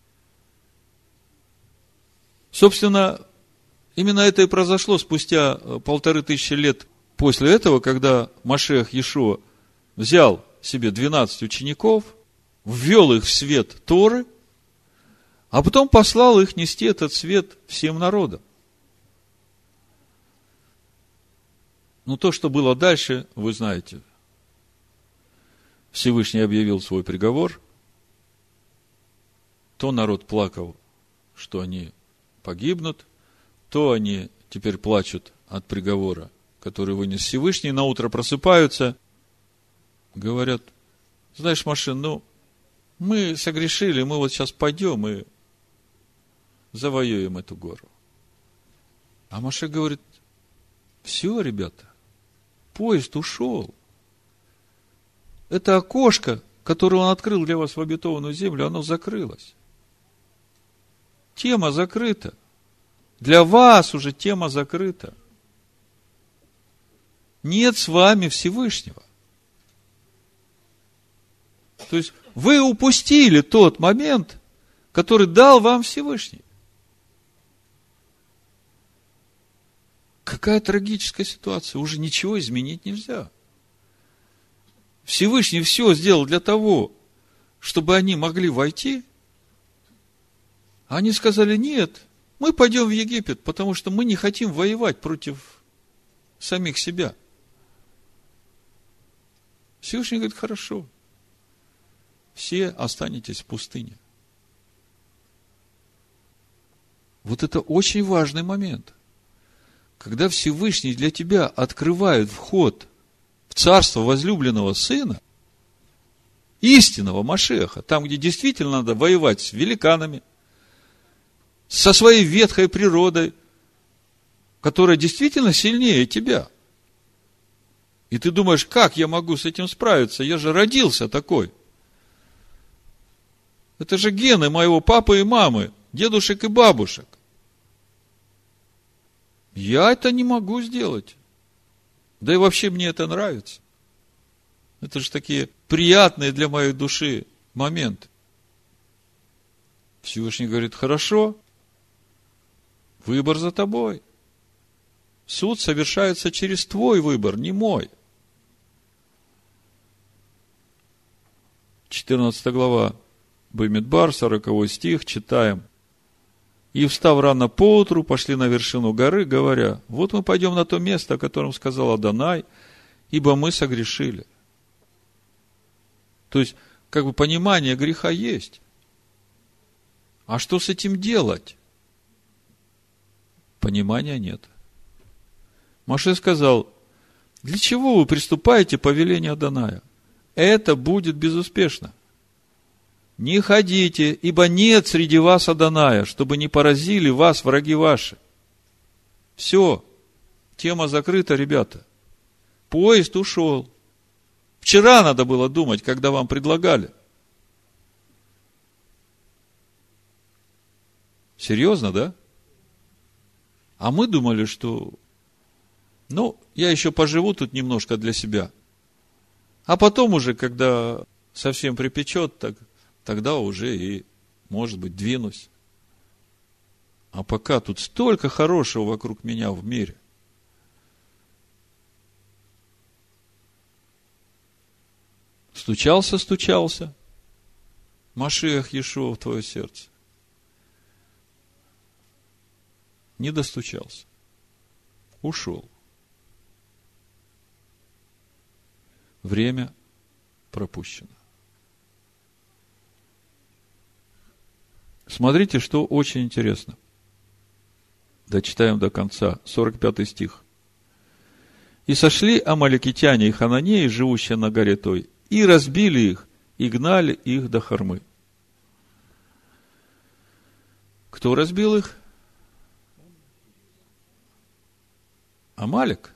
Собственно, именно это и произошло спустя полторы тысячи лет после этого, когда Машиах Иешуа взял себе двенадцать учеников, ввел их в свет Торы, А потом послал их нести этот свет всем народам. Ну, то, что было дальше, вы знаете. Всевышний объявил свой приговор. То народ плакал, что они погибнут, то они теперь плачут от приговора, который вынес Всевышний, на утро просыпаются, говорят: знаешь, Моше, ну, мы согрешили, мы вот сейчас пойдем и завоюем эту гору. А Моше говорит: все, ребята, поезд ушел. Это окошко, которое он открыл для вас в обетованную землю, оно закрылось. Тема закрыта. Для вас уже тема закрыта. Нет с вами Всевышнего. То есть вы упустили тот момент, который дал вам Всевышний. Какая трагическая ситуация. Уже ничего изменить нельзя. Всевышний все сделал для того, чтобы они могли войти. А они сказали: нет, мы пойдем в Египет, потому что мы не хотим воевать против самих себя. Всевышний говорит: хорошо, все останетесь в пустыне. Вот это очень важный момент. Когда Всевышний для тебя открывает вход в царство возлюбленного сына, истинного Машеха, там, где действительно надо воевать с великанами, со своей ветхой природой, которая действительно сильнее тебя. И ты думаешь: как я могу с этим справиться? Я же родился такой. Это же гены моего папы и мамы, дедушек и бабушек. Я это не могу сделать. Да и вообще мне это нравится. Это же такие приятные для моей души моменты. Всевышний говорит: хорошо, выбор за тобой. Суд совершается через твой выбор, не мой. четырнадцатая глава Бамидбар, сороковой стих, читаем. И, встав рано поутру, пошли на вершину горы, говоря: вот мы пойдем на то место, о котором сказал Адонай, ибо мы согрешили. То есть, как бы понимание греха есть. А что с этим делать? Понимания нет. Моше сказал: для чего вы приступаете по велению Адоная? Это будет безуспешно. Не ходите, ибо нет среди вас Адоная, чтобы не поразили вас враги ваши. Все, тема закрыта, ребята. Поезд ушел. Вчера надо было думать, когда вам предлагали. Серьезно, да? А мы думали, что, ну, я еще поживу тут немножко для себя. А потом уже, когда совсем припечет, так, тогда уже и, может быть, двинусь. А пока тут столько хорошего вокруг меня в мире. Стучался, стучался Машиах Иешуа в твое сердце. Не достучался. Ушел. Время пропущено. Смотрите, что очень интересно. Дочитаем до конца. сорок пятый стих. И сошли амаликитяне и хананеи, живущие на горе той, и разбили их, и гнали их до Хормы. Кто разбил их? Амалик.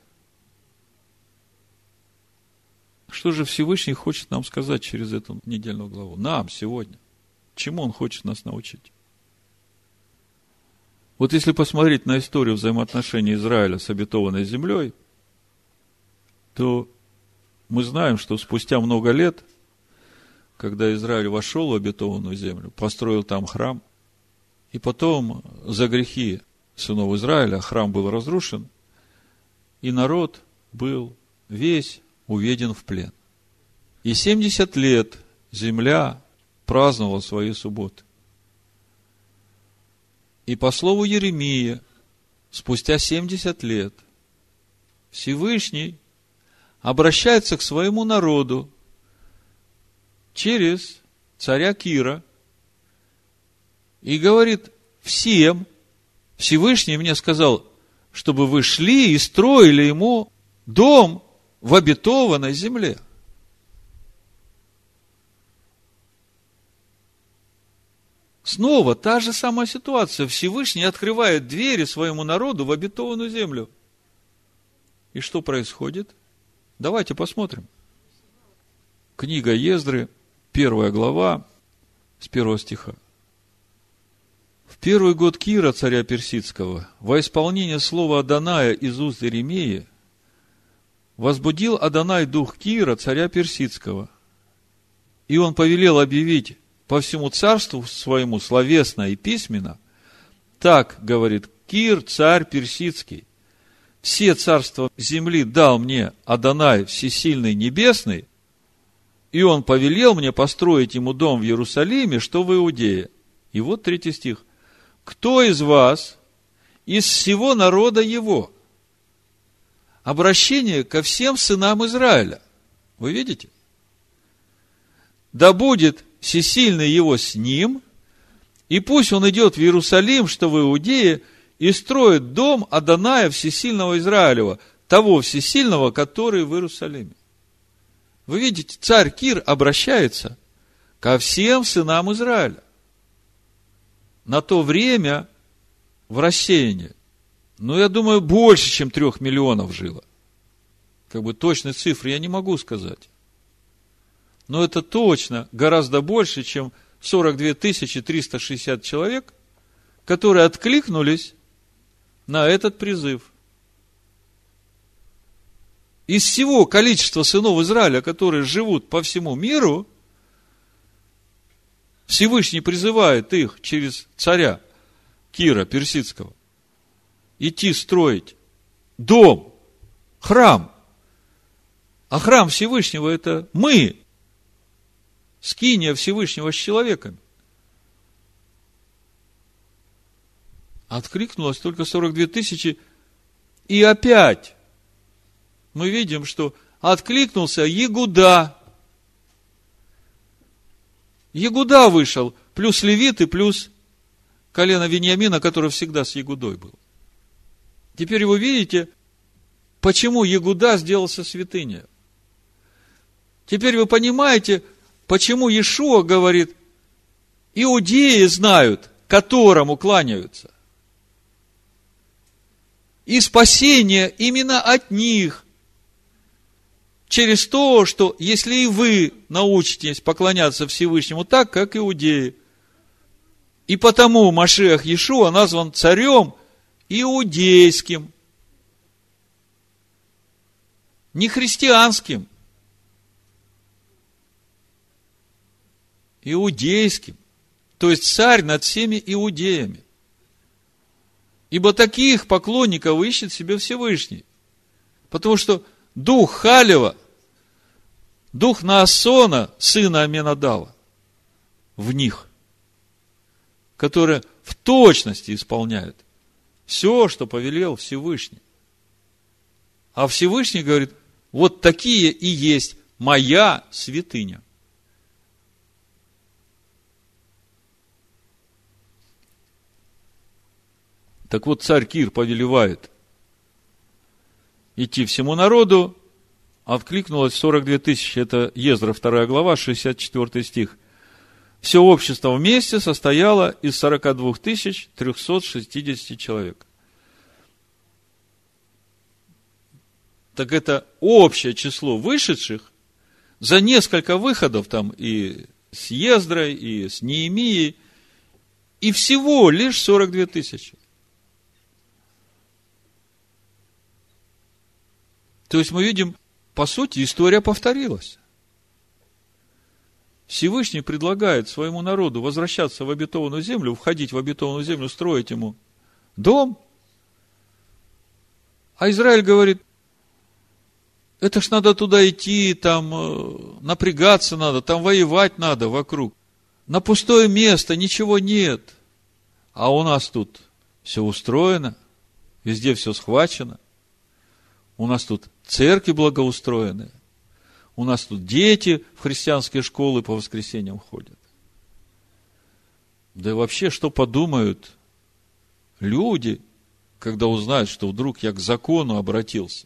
Что же Всевышний хочет нам сказать через эту недельную главу? Нам сегодня. Чему Он хочет нас научить? Вот если посмотреть на историю взаимоотношений Израиля с обетованной землей, то мы знаем, что спустя много лет, когда Израиль вошел в обетованную землю, построил там храм, и потом за грехи сынов Израиля храм был разрушен, и народ был весь уведен в плен. И семьдесят лет земля праздновала свои субботы. И по слову Еремии, спустя семьдесят лет, Всевышний обращается к своему народу через царя Кира и говорит всем: Всевышний мне сказал, чтобы вы шли и строили ему дом в обетованной земле. Снова та же самая ситуация. Всевышний открывает двери своему народу в обетованную землю. И что происходит? Давайте посмотрим. Книга Ездры, первая глава, с первого стиха. В первый год Кира, царя Персидского, во исполнение слова Адоная из уст Иеремии, возбудил Адонай дух Кира, царя Персидского, и он повелел объявить по всему царству своему словесно и письменно: так говорит Кир, царь Персидский: все царства земли дал мне Адонай всесильный небесный, и он повелел мне построить ему дом в Иерусалиме, что в Иудее. И вот третий стих. Кто из вас, из всего народа его? Обращение ко всем сынам Израиля. Вы видите? Да будет всесильный его с ним, и пусть он идет в Иерусалим, что в Иудее, и строит дом Адоная всесильного Израилева, того всесильного, который в Иерусалиме. Вы видите, царь Кир обращается ко всем сынам Израиля. На то время в рассеянии, ну, я думаю, больше, чем трех миллионов жило. Как бы точной цифры я не могу сказать. Но это точно гораздо больше, чем сорок две тысячи триста шестьдесят человек, которые откликнулись на этот призыв. Из всего количества сынов Израиля, которые живут по всему миру, Всевышний призывает их через царя Кира Персидского идти строить дом, храм. А храм Всевышнего – это мы, скиния Всевышнего с человеками. Откликнулось только сорок две тысячи, и опять мы видим, что откликнулся Егуда. Егуда вышел, плюс левиты, плюс колено Вениамина, который всегда с Егудой был. Теперь вы видите, почему Егуда сделался святыней. Теперь вы понимаете, почему Иешуа говорит: иудеи знают, которому кланяются. И спасение именно от них. Через то, что если и вы научитесь поклоняться Всевышнему так, как иудеи, и потому Машиах Иешуа назван царем иудейским, не христианским, иудейским, то есть царь над всеми иудеями. Ибо таких поклонников ищет себе Всевышний. Потому что дух Халева, дух Наасона, сына Аминадава, в них, которые в точности исполняют все, что повелел Всевышний. А Всевышний говорит: вот такие и есть моя святыня. Так вот, царь Кир повелевает идти всему народу, откликнулось сорок две тысячи, это Ездра, вторая глава, шестьдесят четвёртый стих. Все общество вместе состояло из сорок две тысячи триста шестьдесят человек. Так это общее число вышедших за несколько выходов, там и с Ездрой, и с Неемией, и всего лишь сорок две тысячи. То есть мы видим, по сути, история повторилась. Всевышний предлагает своему народу возвращаться в обетованную землю, входить в обетованную землю, строить ему дом. А Израиль говорит: это ж надо туда идти, там напрягаться надо, там воевать надо вокруг. На пустое место ничего нет. А у нас тут все устроено, везде все схвачено. У нас тут церкви благоустроенные. У нас тут дети в христианские школы по воскресеньям ходят. Да и вообще, что подумают люди, когда узнают, что вдруг я к закону обратился?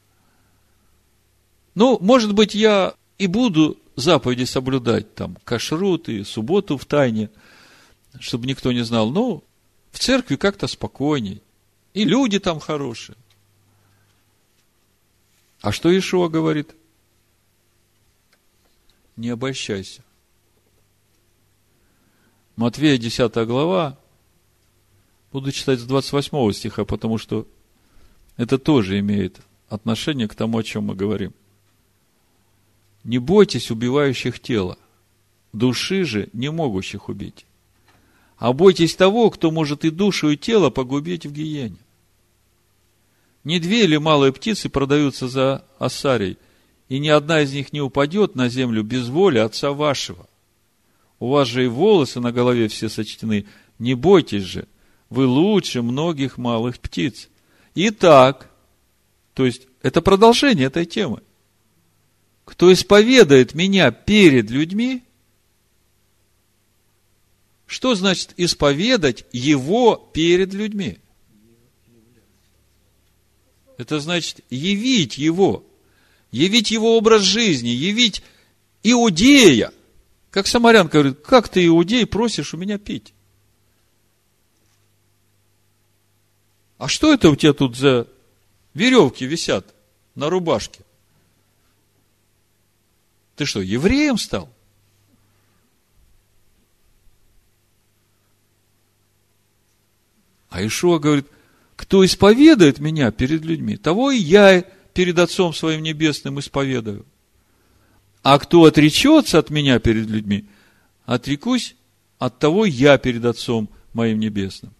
Ну, может быть, я и буду заповеди соблюдать, там, кашрут и субботу в тайне, чтобы никто не знал. Но в церкви как-то спокойней. И люди там хорошие. А что Иешуа говорит? Не обольщайся. Матвея десятая глава, буду читать с двадцать восьмого стиха, потому что это тоже имеет отношение к тому, о чем мы говорим. Не бойтесь убивающих тело, души же не могущих убить. А бойтесь того, кто может и душу, и тело погубить в гиене. Не две или малые птицы продаются за осарий, и ни одна из них не упадет на землю без воли Отца вашего. У вас же и волосы на голове все сочтены. Не бойтесь же, вы лучше многих малых птиц. Итак, то есть, это продолжение этой темы. Кто исповедает меня перед людьми, что значит исповедать его перед людьми? Это значит явить его, явить его образ жизни, явить иудея. Как самарянка говорит, как ты, иудей, просишь у меня пить? А что это у тебя тут за веревки висят на рубашке? Ты что, евреем стал? А Иешуа говорит, кто исповедует меня перед людьми, того и я перед Отцом Своим Небесным исповедую. А кто отречется от меня перед людьми, отрекусь от того я перед Отцом Моим Небесным.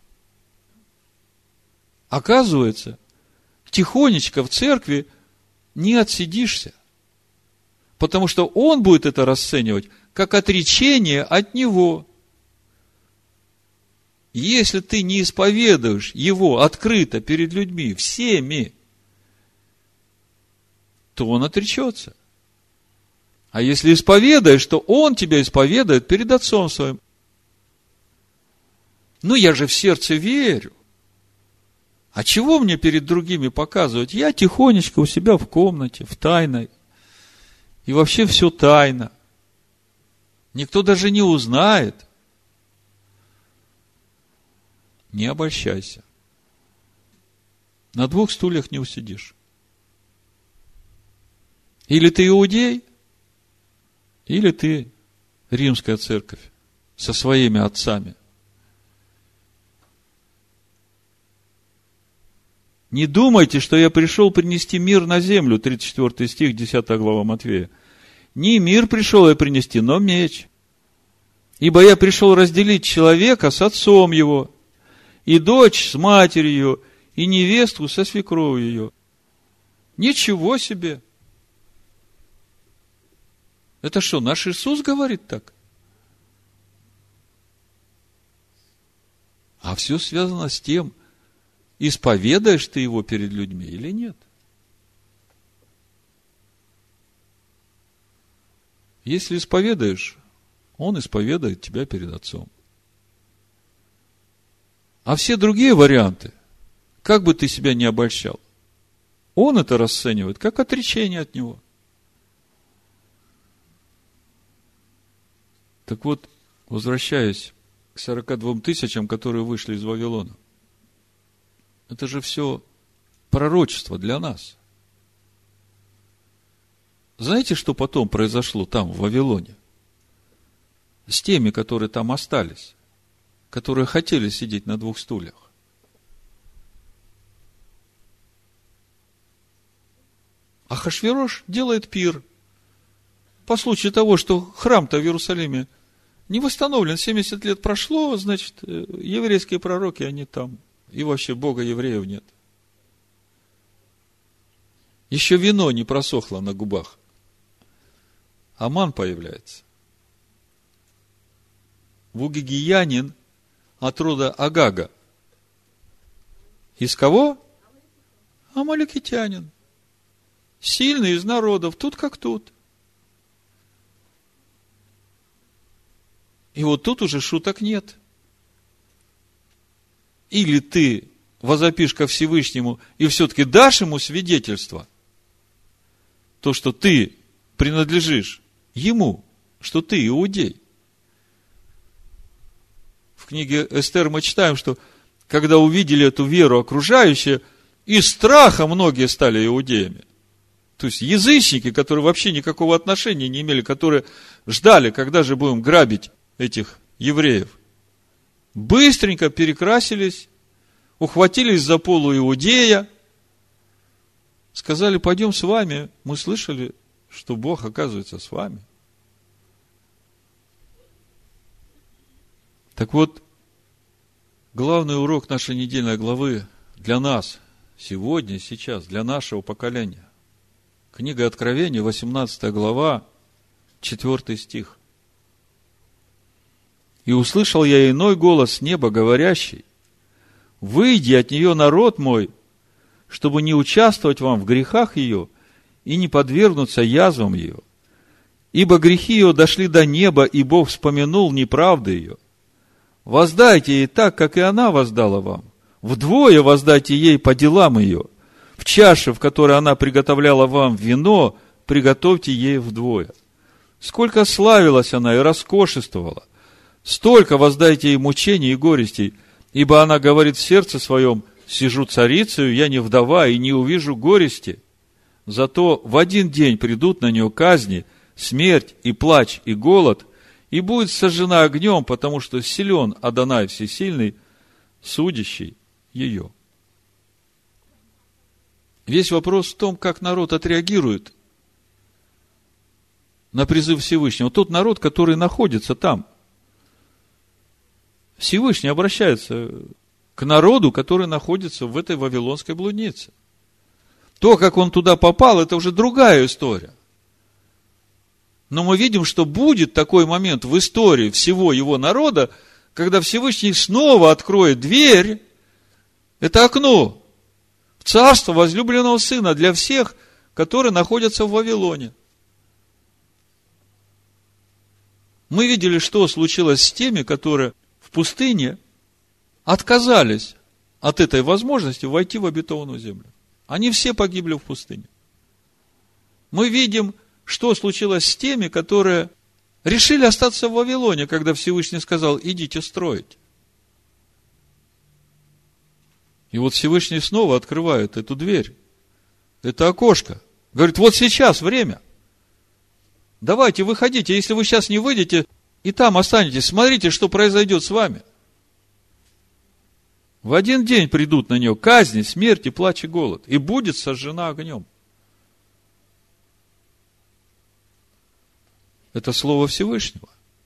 Оказывается, тихонечко в церкви не отсидишься, потому что он будет это расценивать как отречение от него. Если ты не исповедуешь его открыто перед людьми, всеми, то он отречется. А если исповедаешь, то он тебя исповедует перед Отцом Своим. Ну, я же в сердце верю. А чего мне перед другими показывать? Я тихонечко у себя в комнате, в тайной. И вообще все тайно. Никто даже не узнает. Не обольщайся. На двух стульях не усидишь. Или ты иудей, или ты римская церковь со своими отцами. Не думайте, что я пришел принести мир на землю, тридцать четвёртый стих, десятая глава Матвея. Не мир пришел я принести, но меч. Ибо я пришел разделить человека с отцом его, и дочь с матерью ее, и невесту со свекровью ее. Ничего себе! Это что, наш Иисус говорит так? А все связано с тем, исповедаешь ты его перед людьми или нет. Если исповедаешь, он исповедует тебя перед Отцом. А все другие варианты, как бы ты себя ни обольщал, он это расценивает как отречение от него. Так вот, возвращаясь к сорока двум тысячам, которые вышли из Вавилона, это же все пророчество для нас. Знаете, что потом произошло там, в Вавилоне? С теми, которые там остались, которые хотели сидеть на двух стульях. Ахашверош делает пир по случаю того, что храм-то в Иерусалиме не восстановлен, семьдесят лет прошло, значит, еврейские пророки, они там, и вообще Бога евреев нет. Еще вино не просохло на губах. Аман появляется. Вугигиянин от рода Агага. Из кого? Амаликитянин. Сильный из народов, тут как тут. И вот тут уже шуток нет. Или ты возопишь ко Всевышнему и все-таки дашь ему свидетельство, то, что ты принадлежишь ему, что ты иудей. В книге Эстер мы читаем, что когда увидели эту веру окружающие, из страха многие стали иудеями. То есть язычники, которые вообще никакого отношения не имели, которые ждали, когда же будем грабить этих евреев, быстренько перекрасились, ухватились за полу иудея, сказали: пойдем с вами. Мы слышали, что Бог, оказывается, с вами. Так вот, главный урок нашей недельной главы для нас сегодня, сейчас, для нашего поколения. Книга Откровения, восемнадцатая глава, четвёртый стих. «И услышал я иной голос с неба, говорящий: выйди от нее, народ мой, чтобы не участвовать вам в грехах ее и не подвергнуться язвам ее. Ибо грехи ее дошли до неба, и Бог вспомянул неправды ее. Воздайте ей так, как и она воздала вам. Вдвое воздайте ей по делам ее. В чаше, в которой она приготовляла вам вино, приготовьте ей вдвое. Сколько славилась она и роскошествовала, столько воздайте ей мучений и горестей, ибо она говорит в сердце своем: сижу царицею, я не вдова и не увижу горести. Зато в один день придут на нее казни, смерть и плач и голод, и будет сожжена огнем, потому что силен Адонай Всесильный, судящий ее». Весь вопрос в том, как народ отреагирует на призыв Всевышнего. Тот народ, который находится там. Всевышний обращается к народу, который находится в этой вавилонской блуднице. То, как он туда попал, это уже другая история. Но мы видим, что будет такой момент в истории всего его народа, когда Всевышний снова откроет дверь, это окно, в царство возлюбленного Сына для всех, которые находятся в Вавилоне. Мы видели, что случилось с теми, которые в пустыне отказались от этой возможности войти в обетованную землю. Они все погибли в пустыне. Мы видим, что случилось с теми, которые решили остаться в Вавилоне, когда Всевышний сказал: идите строить. И вот Всевышний снова открывает эту дверь, это окошко. Говорит: вот сейчас время. Давайте, выходите. Если вы сейчас не выйдете и там останетесь, смотрите, что произойдет с вами. В один день придут на нее казни, смерть и плач и голод, и будет сожжена огнем. Это слово Всевышнего.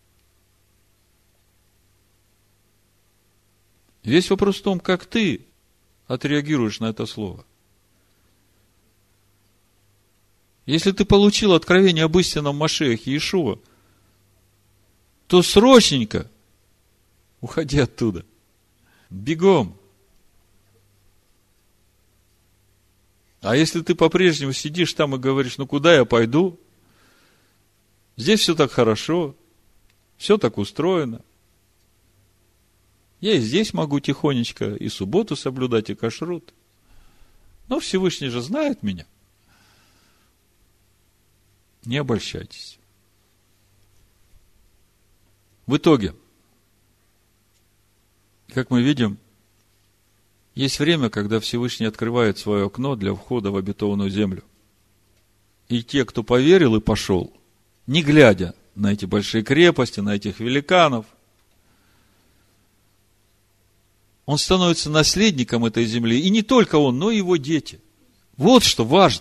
Весь вопрос в том, как ты отреагируешь на это слово. Если ты получил откровение об истинном Машиахе Иешуа, то срочненько уходи оттуда. Бегом. А если ты по-прежнему сидишь там и говоришь: ну куда я пойду? Здесь все так хорошо, все так устроено. Я и здесь могу тихонечко и субботу соблюдать, и кашрут. Но Всевышний же знает меня. Не обольщайтесь. В итоге, как мы видим, есть время, когда Всевышний открывает свое окно для входа в обетованную землю. И те, кто поверил и пошел, не глядя на эти большие крепости, на этих великанов, он становится наследником этой земли. И не только он, но и его дети. Вот что важно.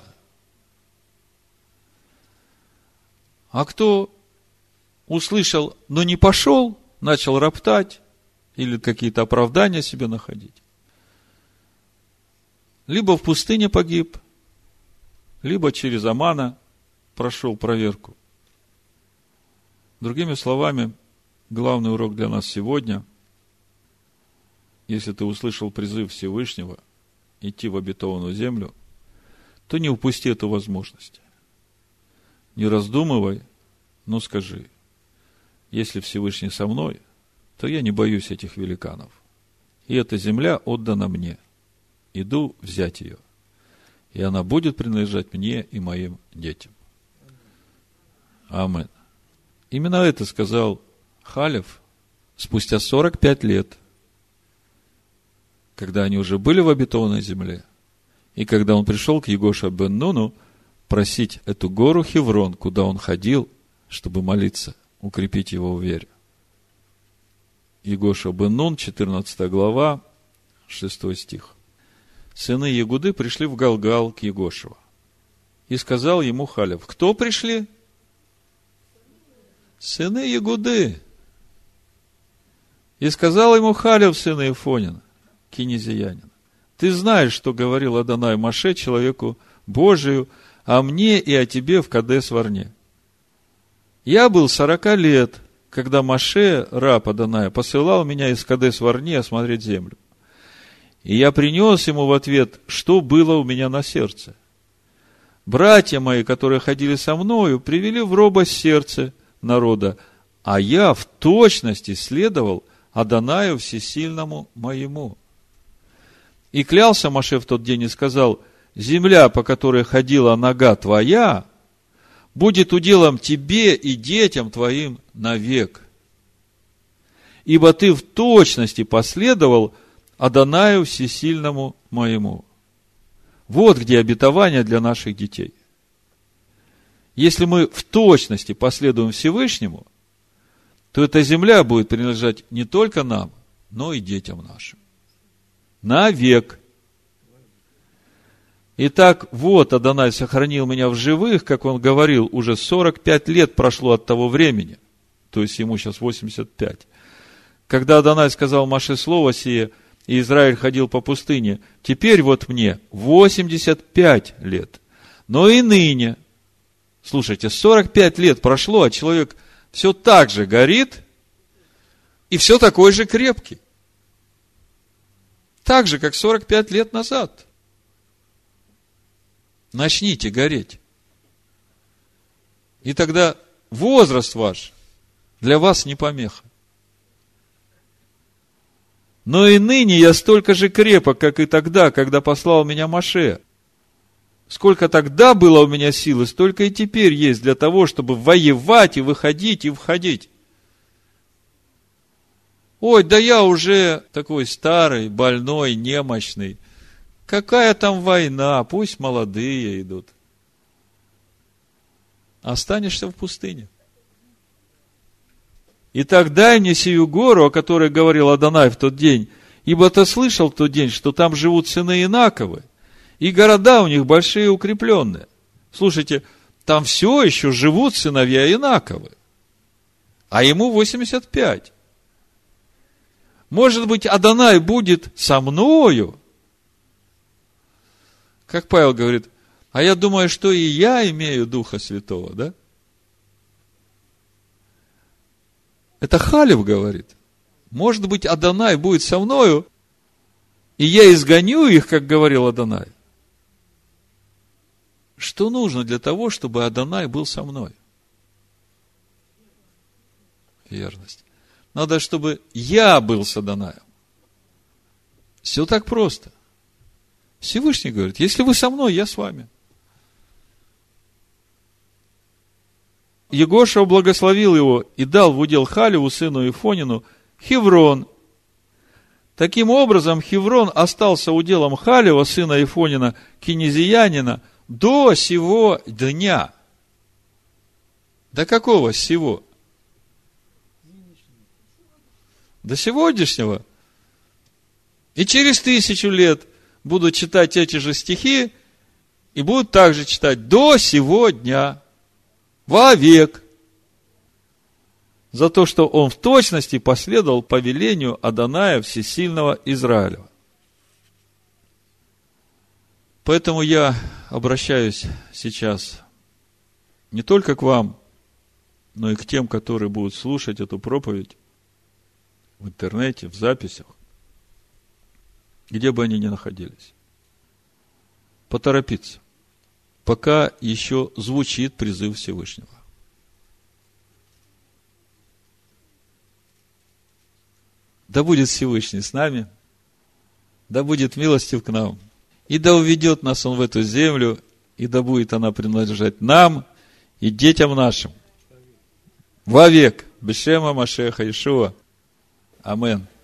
А кто услышал, но не пошел, начал роптать или какие-то оправдания себе находить, либо в пустыне погиб, либо через Амана прошел проверку. Другими словами, главный урок для нас сегодня: если ты услышал призыв Всевышнего идти в обетованную землю, то не упусти эту возможность. Не раздумывай, но скажи: если Всевышний со мной, то я не боюсь этих великанов. И эта земля отдана мне. Иду взять ее. И она будет принадлежать мне и моим детям. Амин. Именно это сказал Халев спустя сорок пять лет, когда они уже были в обетованной земле, и когда он пришел к Егошу бен Нуну просить эту гору Хеврон, куда он ходил, чтобы молиться, укрепить его в вере. Егоша бен Нун, четырнадцатая глава, шестой стих. Сыны Егуды пришли в Галгал к Егошеву. И сказал ему Халев: кто пришли? Сыны Егуды. И сказал ему Халев, сына Ифонина, кинезиянина: ты знаешь, что говорил Адонай Моше, человеку Божию, о мне и о тебе в Кадес-Варне. Я был сорока лет, когда Моше, раб Адоная, посылал меня из Кадес-Варне осмотреть землю. И я принес ему в ответ, что было у меня на сердце. Братья мои, которые ходили со мною, привели в робость сердце народа, а я в точности следовал Адонаю всесильному моему. И клялся Моше в тот день и сказал: земля, по которой ходила нога твоя, будет уделом тебе и детям твоим навек. Ибо ты в точности последовал Адонаю всесильному моему. Вот где обетование для наших детей. Если мы в точности последуем Всевышнему, то эта земля будет принадлежать не только нам, но и детям нашим. Навек. Итак, вот Адонай сохранил меня в живых, как он говорил, уже сорок пять лет прошло от того времени, то есть ему сейчас восемьдесят пять. Когда Адонай сказал Моше слово сие, и Израиль ходил по пустыне, теперь вот мне восемьдесят пять лет. Но и ныне, слушайте, сорок пять лет прошло, а человек все так же горит и все такой же крепкий. Так же, как сорок пять лет назад. Начните гореть. И тогда возраст ваш для вас не помеха. Но и ныне я столько же крепок, как и тогда, когда послал меня Моше. Сколько тогда было у меня силы, столько и теперь есть для того, чтобы воевать и выходить и входить. Ой, да я уже такой старый, больной, немощный. Какая там война? Пусть молодые идут. Останешься в пустыне. Итак, дай мне сию гору, о которой говорил Адонай в тот день, ибо ты слышал в тот день, что там живут сыны Инаковы, и города у них большие и укрепленные. Слушайте, там все еще живут сыновья Инаковы, а ему восемьдесят пять. Может быть, Адонай будет со мною? Как Павел говорит, а я думаю, что и я имею Духа Святого, да? Это Халев говорит. Может быть, Адонай будет со мною, и я изгоню их, как говорил Адонай. Что нужно для того, чтобы Адонай был со мной? Верность. Надо, чтобы я был с Адонаем. Все так просто. Всевышний говорит, если вы со мной, я с вами. Егоша благословил его и дал в удел Халеву, сыну Ифонину, Хеврон. Таким образом, Хеврон остался уделом Халева, сына Ифонина, кинезиянина, до сего дня. До какого сего? До сегодняшнего. И через тысячу лет будут читать эти же стихи, и будут также читать до сего дня. Вовек. За то, что он в точности последовал повелению Адоная Всесильного Израилева. Поэтому я обращаюсь сейчас не только к вам, но и к тем, которые будут слушать эту проповедь в интернете, в записях. где бы они ни находились. Поторопиться, пока еще звучит призыв Всевышнего. Да будет Всевышний с нами, да будет милостив к нам, и да уведет нас Он в эту землю, и да будет она принадлежать нам и детям нашим. Вовек. Бешема Машеха Иешуа. Амен.